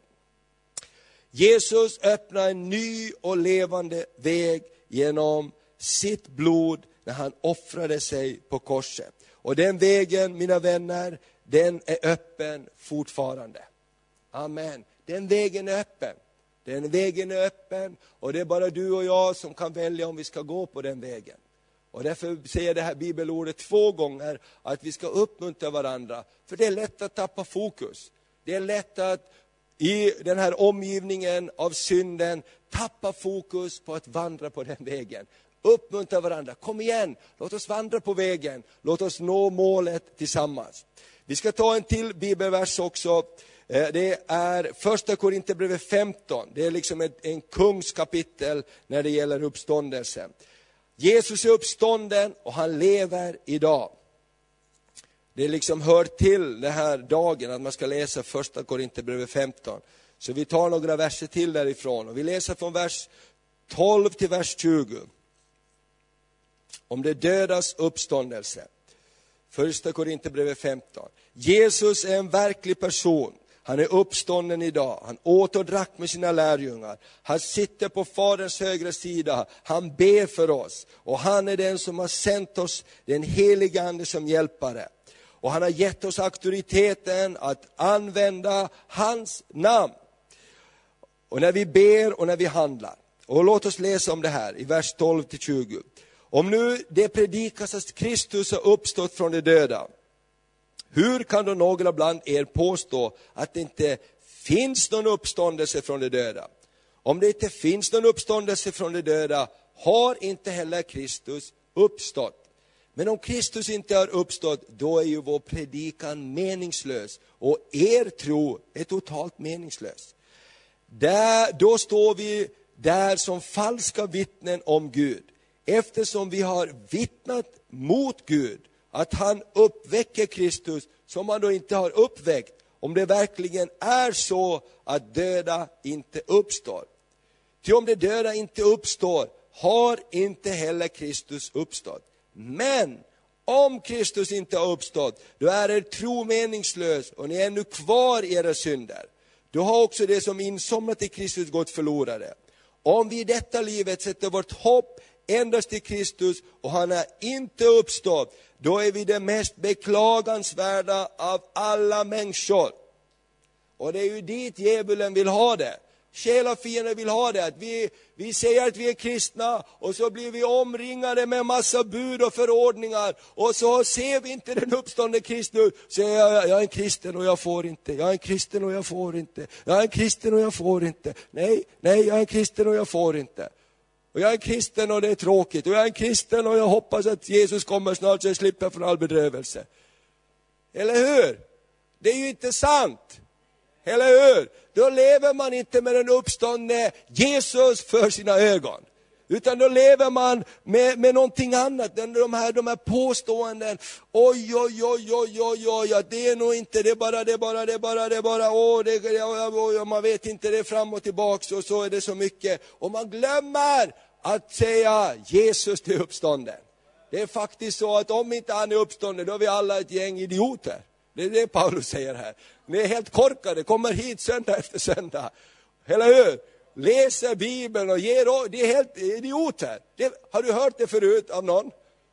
Jesus öppnar en ny och levande väg genom sitt blod när han offrade sig på korset. Och den vägen, mina vänner, den är öppen fortfarande. Amen. Den vägen är öppen. Den vägen är öppen och det är bara du och jag som kan välja om vi ska gå på den vägen. Och därför säger det här bibelordet två gånger att vi ska uppmuntra varandra. För det är lätt att tappa fokus. Det är lätt att i den här omgivningen av synden tappa fokus på att vandra på den vägen. Uppmuntra varandra. Kom igen, låt oss vandra på vägen. Låt oss nå målet tillsammans. Vi ska ta en till bibelvers också. Det är första Korinthierbrevet femton. Det är liksom ett, en kungskapitel när det gäller uppståndelsen. Jesus är uppstånden och han lever idag. Det liksom hör till den här dagen att man ska läsa första Korinthierbrevet femton. Så vi tar några verser till därifrån. Och vi läser från vers tolv till vers tjugo. Om det dödas uppståndelse. Första Korinthierbrevet femton. Jesus är en verklig person. Han är uppstånden idag. Han åt och drack med sina lärjungar. Han sitter på Faderns högra sida. Han ber för oss. Och han är den som har sänt oss den heliga ande som hjälpare. Och han har gett oss auktoriteten att använda hans namn. Och när vi ber och när vi handlar. Och låt oss läsa om det här i vers tolv till tjugo. Om nu det predikas att Kristus har uppstått från de döda. Hur kan då några bland er påstå att det inte finns någon uppståndelse från de döda? Om det inte finns någon uppståndelse från de döda har inte heller Kristus uppstått. Men om Kristus inte har uppstått, då är ju vår predikan meningslös. Och er tro är totalt meningslös. Där, då står vi där som falska vittnen om Gud. Eftersom vi har vittnat mot Gud att han uppväcker Kristus som han då inte har uppväckt. Om det verkligen är så att döda inte uppstår. Ty om det döda inte uppstår har inte heller Kristus uppstått. Men om Kristus inte har uppstått, då är er tro meningslös och ni är ännu kvar i era synder. Då har också det som insomnat i Kristus gått förlorade. Om vi i detta livet sätter vårt hopp endast till Kristus och han är inte uppstått, då är vi det mest beklagansvärda av alla människor. Och det är ju dit djävulen vill ha det. Själafienden vill ha det. Att vi, vi säger att vi är kristna och så blir vi omringade med massa bud och förordningar. Och så ser vi inte den uppståndne Kristus. Så jag, jag är en kristen och jag får inte. Jag är en kristen och jag får inte. Jag är en kristen och jag får inte. Nej, nej, jag är en kristen och jag får inte. Och jag är kristen och det är tråkigt. Och jag är en kristen och jag hoppas att Jesus kommer snart så jag slipper från all bedrövelse. Eller hur? Det är ju inte sant. Eller hur? Då lever man inte med den uppståndne Jesus för sina ögon. Utan då lever man med, med någonting annat. De här, de här påståenden. Oj, oj, oj, oj, oj, oj, ja, det är nog inte, det är bara, det är bara, det är bara, det är bara. Åh, det, ja, man vet inte, det är fram och tillbaka och så är det så mycket. Och man glömmer att säga Jesus till uppstånden. Det är faktiskt så att om inte han är uppstånden, då är vi alla ett gäng idioter. Det är det Paulus säger här. Ni är helt korkade, kommer hit söndag efter söndag. Eller hur? Läser Bibeln och ger, det är helt idioter. Det, har du hört det förut av någon?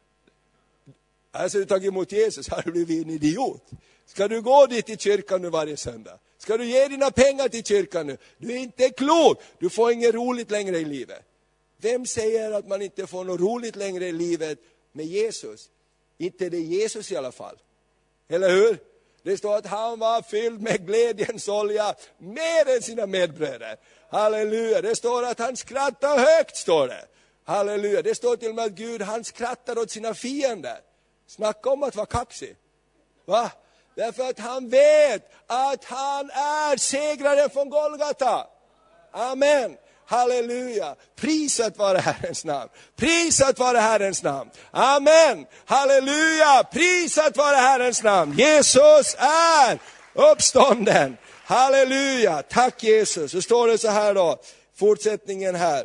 Alltså du tagit emot Jesus, har du blivit en idiot. Ska du gå dit till kyrkan nu varje söndag? Ska du ge dina pengar till kyrkan nu? Du är inte klok, du får inget roligt längre i livet. Vem säger att man inte får något roligt längre i livet med Jesus? Inte det Jesus i alla fall. Eller hur? Det står att han var fylld med glädjens olja mer än sina medbröder. Halleluja. Det står att han skrattar högt, står det. Halleluja. Det står till och med att Gud, han skrattar åt sina fiender. Snacka om att vara kaxig. Va? Därför att han vet att han är segraren från Golgata. Amen. Halleluja. Prisat vare Herrens namn. Prisat vare Herrens namn. Amen. Halleluja. Prisat vare Herrens namn. Jesus är uppstånden. Halleluja. Tack Jesus. Så står det så här då. Fortsättningen här.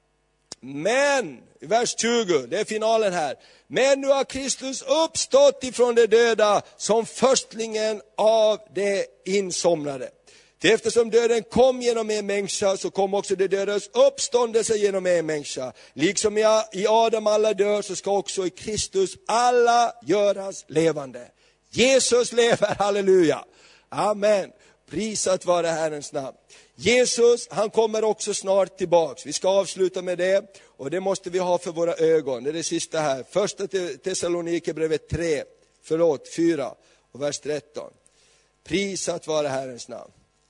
Men, vers tjugo, det är finalen här. Men nu har Kristus uppstått ifrån de döda som förstlingen av de insomnade. Till eftersom döden kom genom en människa så kom också det dödas uppståndelse genom en människa. Liksom i Adam alla dör så ska också i Kristus alla göras levande. Jesus lever, halleluja. Amen. Prisat vare Herrens namn. Jesus, han kommer också snart tillbaks. Vi ska avsluta med det. Och det måste vi ha för våra ögon. Det är det sista här. Första Thessalonikerbrevet tre. Förlåt, fyra. Och vers tretton. Prisat vare Herrens namn.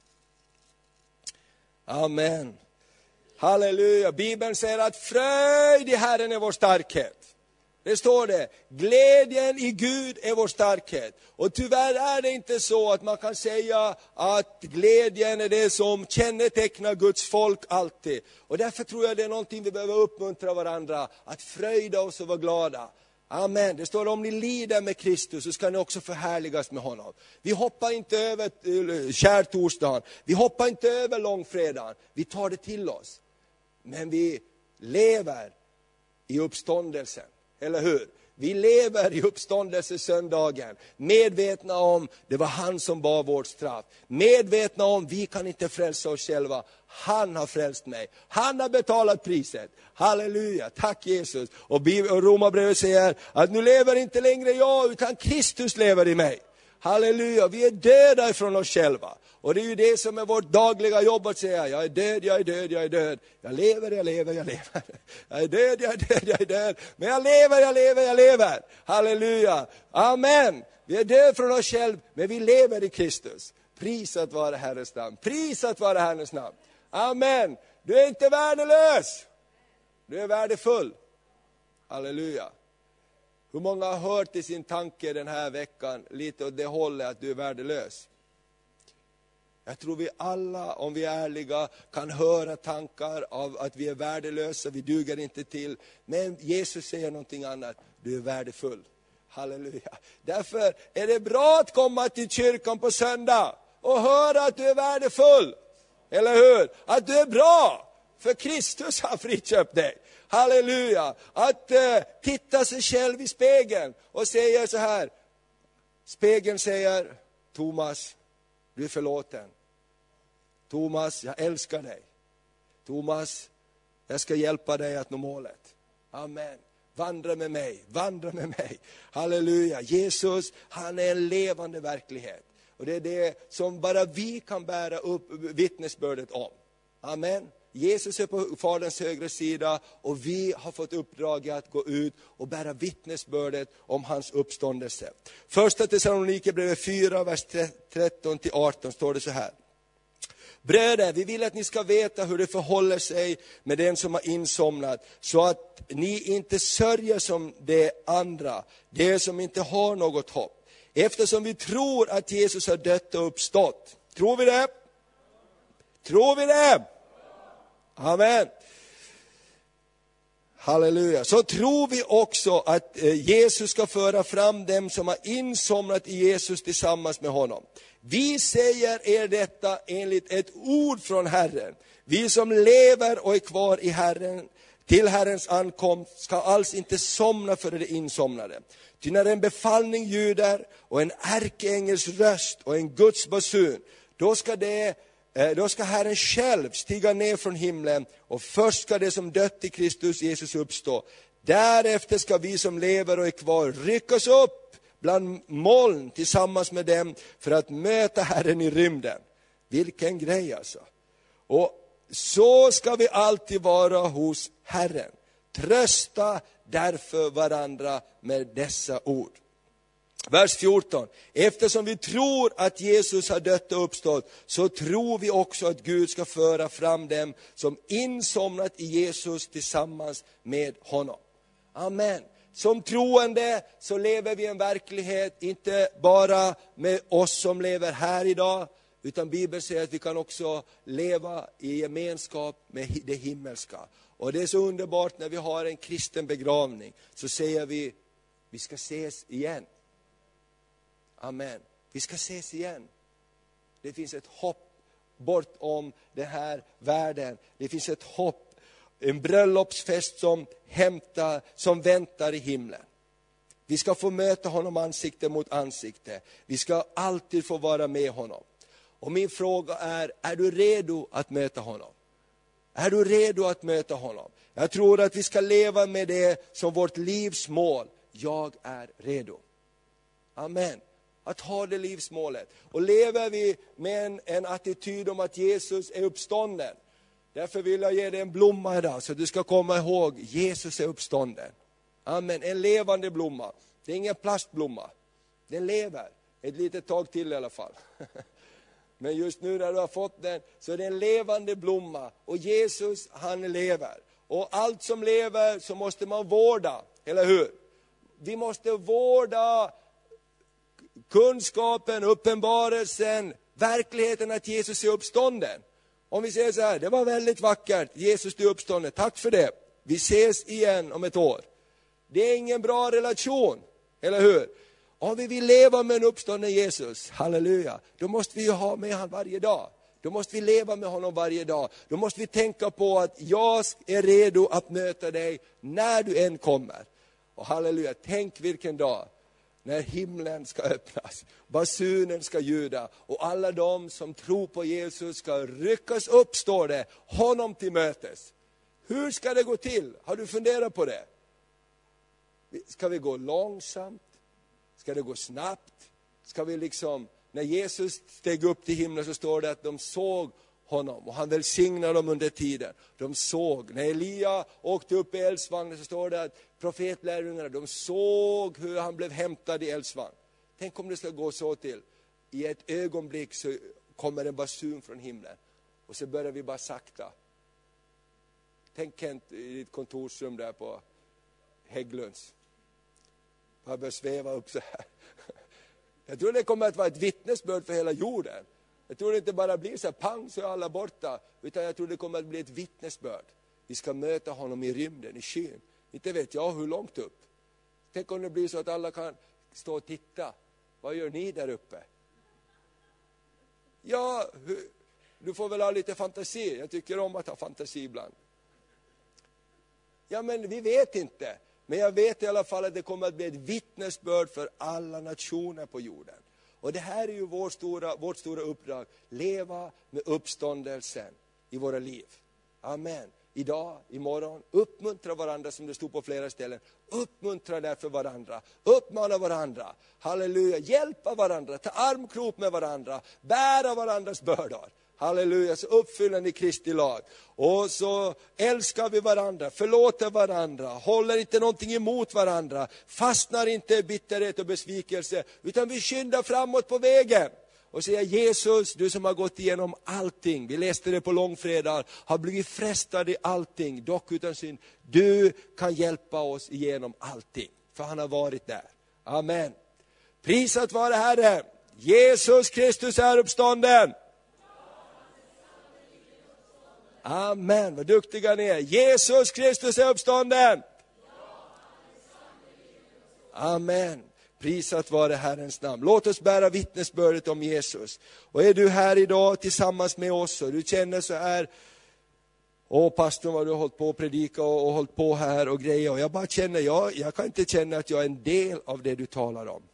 Amen. Halleluja. Bibeln säger att fröjd i Herren är vår starkhet. Det står det. Glädjen i Gud är vår starkhet. Och tyvärr är det inte så att man kan säga att glädjen är det som kännetecknar Guds folk alltid. Och därför tror jag det är någonting vi behöver uppmuntra varandra. Att fröjda oss och vara glada. Amen. Det står om ni lider med Kristus så ska ni också förhärligas med honom. Vi hoppar inte över skärtorsdagen. Vi hoppar inte över långfredagen. Vi tar det till oss. Men vi lever i uppståndelsen. Eller hur? Vi lever i uppståndelsesöndagen. Medvetna om det var han som bar vårt straff. Medvetna om vi kan inte frälsa oss själva. Han har frälst mig. Han har betalat priset. Halleluja. Tack Jesus. Och Romarbrevet säger att nu lever inte längre jag utan Kristus lever i mig. Halleluja. Vi är döda ifrån oss själva. Och det är ju det som är vårt dagliga jobb att säga. Jag är död, jag är död, jag är död. Jag lever, jag lever, jag lever. Jag är död, jag är död, jag är död. Men jag lever, jag lever, jag lever. Halleluja. Amen. Vi är döda från oss själva, men vi lever i Kristus. Prisat vare Herrens namn. Prisat vare Herrens namn. Amen. Du är inte värdelös. Du är värdefull. Halleluja. Hur många har hört i sin tanke den här veckan lite åt det hållet att du är värdelös? Jag tror vi alla, om vi är ärliga, kan höra tankar av att vi är värdelösa, vi duger inte till. Men Jesus säger någonting annat, du är värdefull. Halleluja. Därför är det bra att komma till kyrkan på söndag och höra att du är värdefull. Eller hur? Att du är bra, för Kristus har friköpt dig. Halleluja. Att uh, titta sig själv i spegeln och säga så här. Spegeln säger, Thomas, du är förlåten. Thomas, jag älskar dig. Thomas, jag ska hjälpa dig att nå målet. Amen. Vandra med mig, vandra med mig. Halleluja. Jesus, han är en levande verklighet. Och det är det som bara vi kan bära upp vittnesbördet om. Amen. Jesus är på Faderns högra sida och vi har fått uppdrag att gå ut och bära vittnesbördet om hans uppståndelse. Första Thessalonikerbrevet fyra, vers tretton till arton står det så här. Bröder, vi vill att ni ska veta hur det förhåller sig med den som har insomnat, så att ni inte sörjer som de andra, de som inte har något hopp. Eftersom vi tror att Jesus har dött och uppstått. Tror vi det? Tror vi det? Amen. Halleluja. Så tror vi också att Jesus ska föra fram dem som har insomnat i Jesus tillsammans med honom. Vi säger er detta enligt ett ord från Herren. Vi som lever och är kvar i Herren till Herrens ankomst ska alls inte somna för det insomnade. Ty när en befallning ljuder och en ärkeängels röst och en Guds basun, då ska det Då ska Herren själv stiga ner från himlen, och först ska det som dött i Kristus Jesus uppstå. Därefter ska vi som lever och är kvar ryckas upp bland moln tillsammans med dem för att möta Herren i rymden. Vilken grej alltså. Och så ska vi alltid vara hos Herren. Trösta därför varandra med dessa ord. Vers fjorton. Eftersom vi tror att Jesus har dött och uppstått, så tror vi också att Gud ska föra fram dem som insomnat i Jesus tillsammans med honom. Amen. Som troende så lever vi i en verklighet, inte bara med oss som lever här idag, utan Bibeln säger att vi kan också leva i gemenskap med det himmelska. Och det är så underbart när vi har en kristen begravning, så säger vi, vi ska ses igen. Amen. Vi ska ses igen. Det finns ett hopp bortom den här världen. Det finns ett hopp, en bröllopsfest som hämtar, som väntar i himlen. Vi ska få möta honom ansikte mot ansikte. Vi ska alltid få vara med honom. Och min fråga är, är du redo att möta honom? Är du redo att möta honom? Jag tror att vi ska leva med det som vårt livs mål. Jag är redo. Amen. Att ha det livsmålet. Och lever vi med en, en attityd om att Jesus är uppstånden. Därför vill jag ge dig en blomma idag, så du ska komma ihåg, Jesus är uppstånden. Amen. En levande blomma. Det är ingen plastblomma. Den lever. Ett litet tag till i alla fall. Men just nu när du har fått den, så är det en levande blomma. Och Jesus, han lever. Och allt som lever så måste man vårda. Eller hur? Vi måste vårda kunskapen, uppenbarelsen, verkligheten att Jesus är uppstånden. Om vi säger så här, det var väldigt vackert, Jesus är uppstånden, tack för det. Vi ses igen om ett år. Det är ingen bra relation, eller hur? Om vi vill leva med en uppstånden Jesus, halleluja, då måste vi ju ha med honom varje dag. Då måste vi leva med honom varje dag. Då måste vi tänka på att jag är redo att möta dig när du än kommer. Och halleluja, tänk vilken dag. När himlen ska öppnas, basunen ska ljuda och alla de som tror på Jesus ska ryckas upp, står det, honom till mötes. Hur ska det gå till? Har du funderat på det? Ska vi gå långsamt? Ska det gå snabbt? Ska vi liksom, när Jesus steg upp till himlen så står det att de såg honom och han välsignade dem under tiden. De såg, när Elia åkte upp i eldsvagnen så står det att profetlärjungarna, de såg hur han blev hämtad i eldsvagn. Tänk om det ska gå så till. I ett ögonblick så kommer en basun från himlen och så börjar vi bara sakta. Tänk Kent i ditt kontorsrum där på Hägglunds. Han börjar sväva upp så här. Jag tror det kommer att vara ett vittnesbörd för hela jorden. Jag tror det inte bara blir så här pang så är alla borta. Utan jag tror det kommer att bli ett vittnesbörd. Vi ska möta honom i rymden, i skyn. Inte vet jag hur långt upp. Tänk om det blir så att alla kan stå och titta. Vad gör ni där uppe? Ja, du får väl ha lite fantasi. Jag tycker om att ha fantasi ibland. Ja, men vi vet inte. Men jag vet i alla fall att det kommer att bli ett vittnesbörd för alla nationer på jorden. Och det här är ju vår stora, vårt stora uppdrag. Leva med uppståndelsen i våra liv. Amen. Idag, imorgon, uppmuntra varandra som det stod på flera ställen. Uppmuntra därför varandra. Uppmana varandra. Halleluja. Hjälpa varandra. Ta armkrok med varandra. Bära varandras bördor. Halleluja, så uppfyller ni Kristi lag. Och så älskar vi varandra, förlåter varandra, håller inte någonting emot varandra, fastnar inte i bitterhet och besvikelse, utan vi skyndar framåt på vägen. och säga: Jesus, du som har gått igenom allting, vi läste det på långfredag, har blivit frestad i allting, dock utan synd. Du kan hjälpa oss igenom allting, för han har varit där. Amen. Prisat vare Herren. Jesus Kristus är uppstånden. Amen, vad duktiga ni är. Jesus Kristus är uppstånden. Amen. Prisat vare Herrens namn. Låt oss bära vittnesbördet om Jesus. Och är du här idag tillsammans med oss och du känner så här: åh pastorn, vad du har hållit på att predika och, och hållit på här och grejer. Och jag bara känner, jag, jag kan inte känna att jag är en del av det du talar om.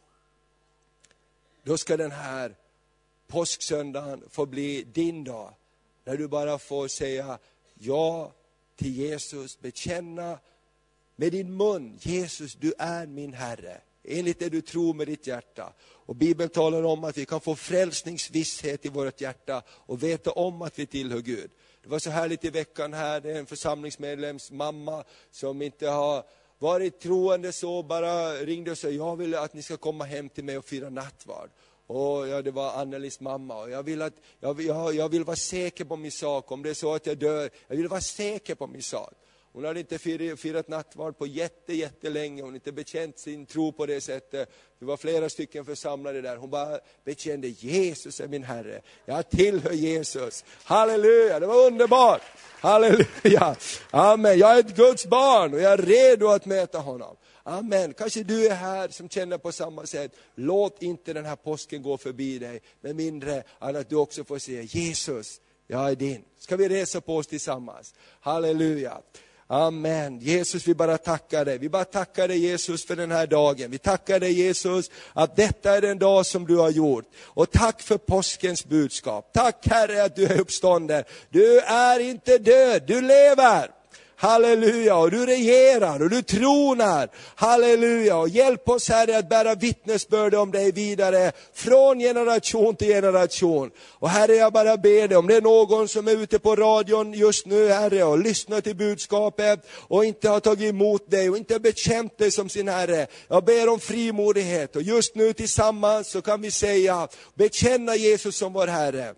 Då ska den här påsksöndagen få bli din dag. När du bara får säga ja till Jesus, bekänna med din mun: Jesus, du är min Herre. Enligt det du tror med ditt hjärta. Och Bibeln talar om att vi kan få frälsningsvisshet i vårt hjärta och veta om att vi tillhör Gud. Det var så härligt i veckan här, det är en församlingsmedlems mamma som inte har varit troende, så bara ringde och sa: jag vill att ni ska komma hem till mig och fira nattvard. Och ja, det var Annelies mamma. Och jag, vill att, jag, jag, jag vill vara säker på min sak. Om det är så att jag dör, jag vill vara säker på min sak. Hon hade inte firat, firat nattvard på jätte, jättelänge. Hon hade inte bekänt sin tro på det sättet. Det var flera stycken församlade där. Hon bara bekände: Jesus är min Herre. Jag tillhör Jesus. Halleluja, det var underbart. Halleluja. Amen, jag är ett Guds barn och jag är redo att möta honom. Amen. Kanske du är här som känner på samma sätt. Låt inte den här påsken gå förbi dig med mindre än att du också får säga: Jesus, jag är din. Ska vi resa på oss tillsammans? Halleluja. Amen. Jesus, vi bara tackar dig. Vi bara tackar dig, Jesus, för den här dagen. Vi tackar dig, Jesus, att detta är den dag som du har gjort. Och tack för påskens budskap. Tack, Herre, att du är uppstånden. Du är inte död, du lever. Halleluja, och du regerar och du tronar. Halleluja, och hjälp oss, Herre, att bära vittnesbörd om dig vidare från generation till generation. Och Herre, jag bara ber dig, om det är någon som är ute på radion just nu, Herre, och lyssnar till budskapet och inte har tagit emot dig och inte har bekänt dig som sin Herre. Jag ber om frimodighet, och just nu tillsammans så kan vi säga: bekänna Jesus som vår Herre.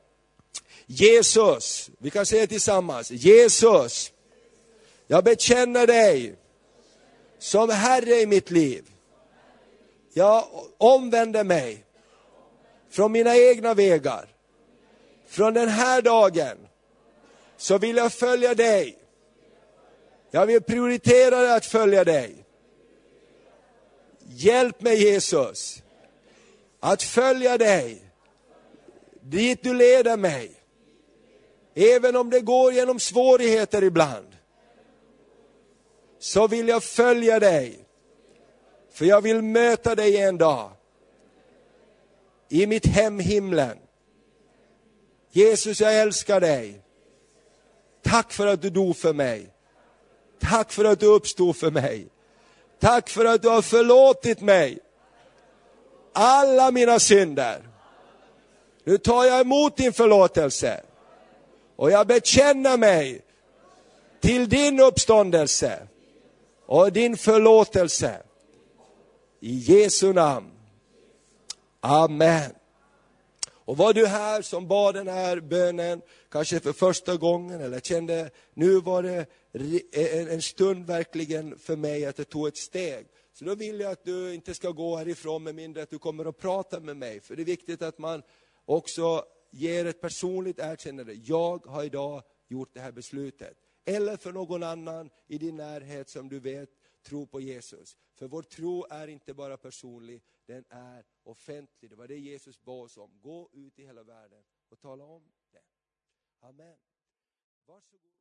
Jesus, vi kan säga tillsammans: Jesus, jag bekänner dig som Herre i mitt liv. Jag omvänder mig från mina egna vägar. Från den här dagen så vill jag följa dig. Jag vill prioritera att följa dig. Hjälp mig, Jesus, att följa dig dit du leder mig. Även om det går genom svårigheter ibland, så vill jag följa dig. För jag vill möta dig en dag i mitt hem, himlen. Jesus, jag älskar dig. Tack för att du dog för mig. Tack för att du uppstod för mig. Tack för att du har förlåtit mig alla mina synder. Nu tar jag emot din förlåtelse. Och jag bekänner mig till din uppståndelse och din förlåtelse. I Jesu namn. Amen. Och var du här som bad den här bönen, kanske för första gången, eller kände nu var det en stund verkligen för mig att jag tog ett steg. Så då vill jag att du inte ska gå härifrån med mindre att du kommer att prata med mig. För det är viktigt att man också ger ett personligt erkännande. Jag har idag gjort det här beslutet. Eller för någon annan i din närhet som du vet tror på Jesus. För vår tro är inte bara personlig, den är offentlig. Det var det Jesus bad oss om. Gå ut i hela världen och tala om det. Amen. Varsågod.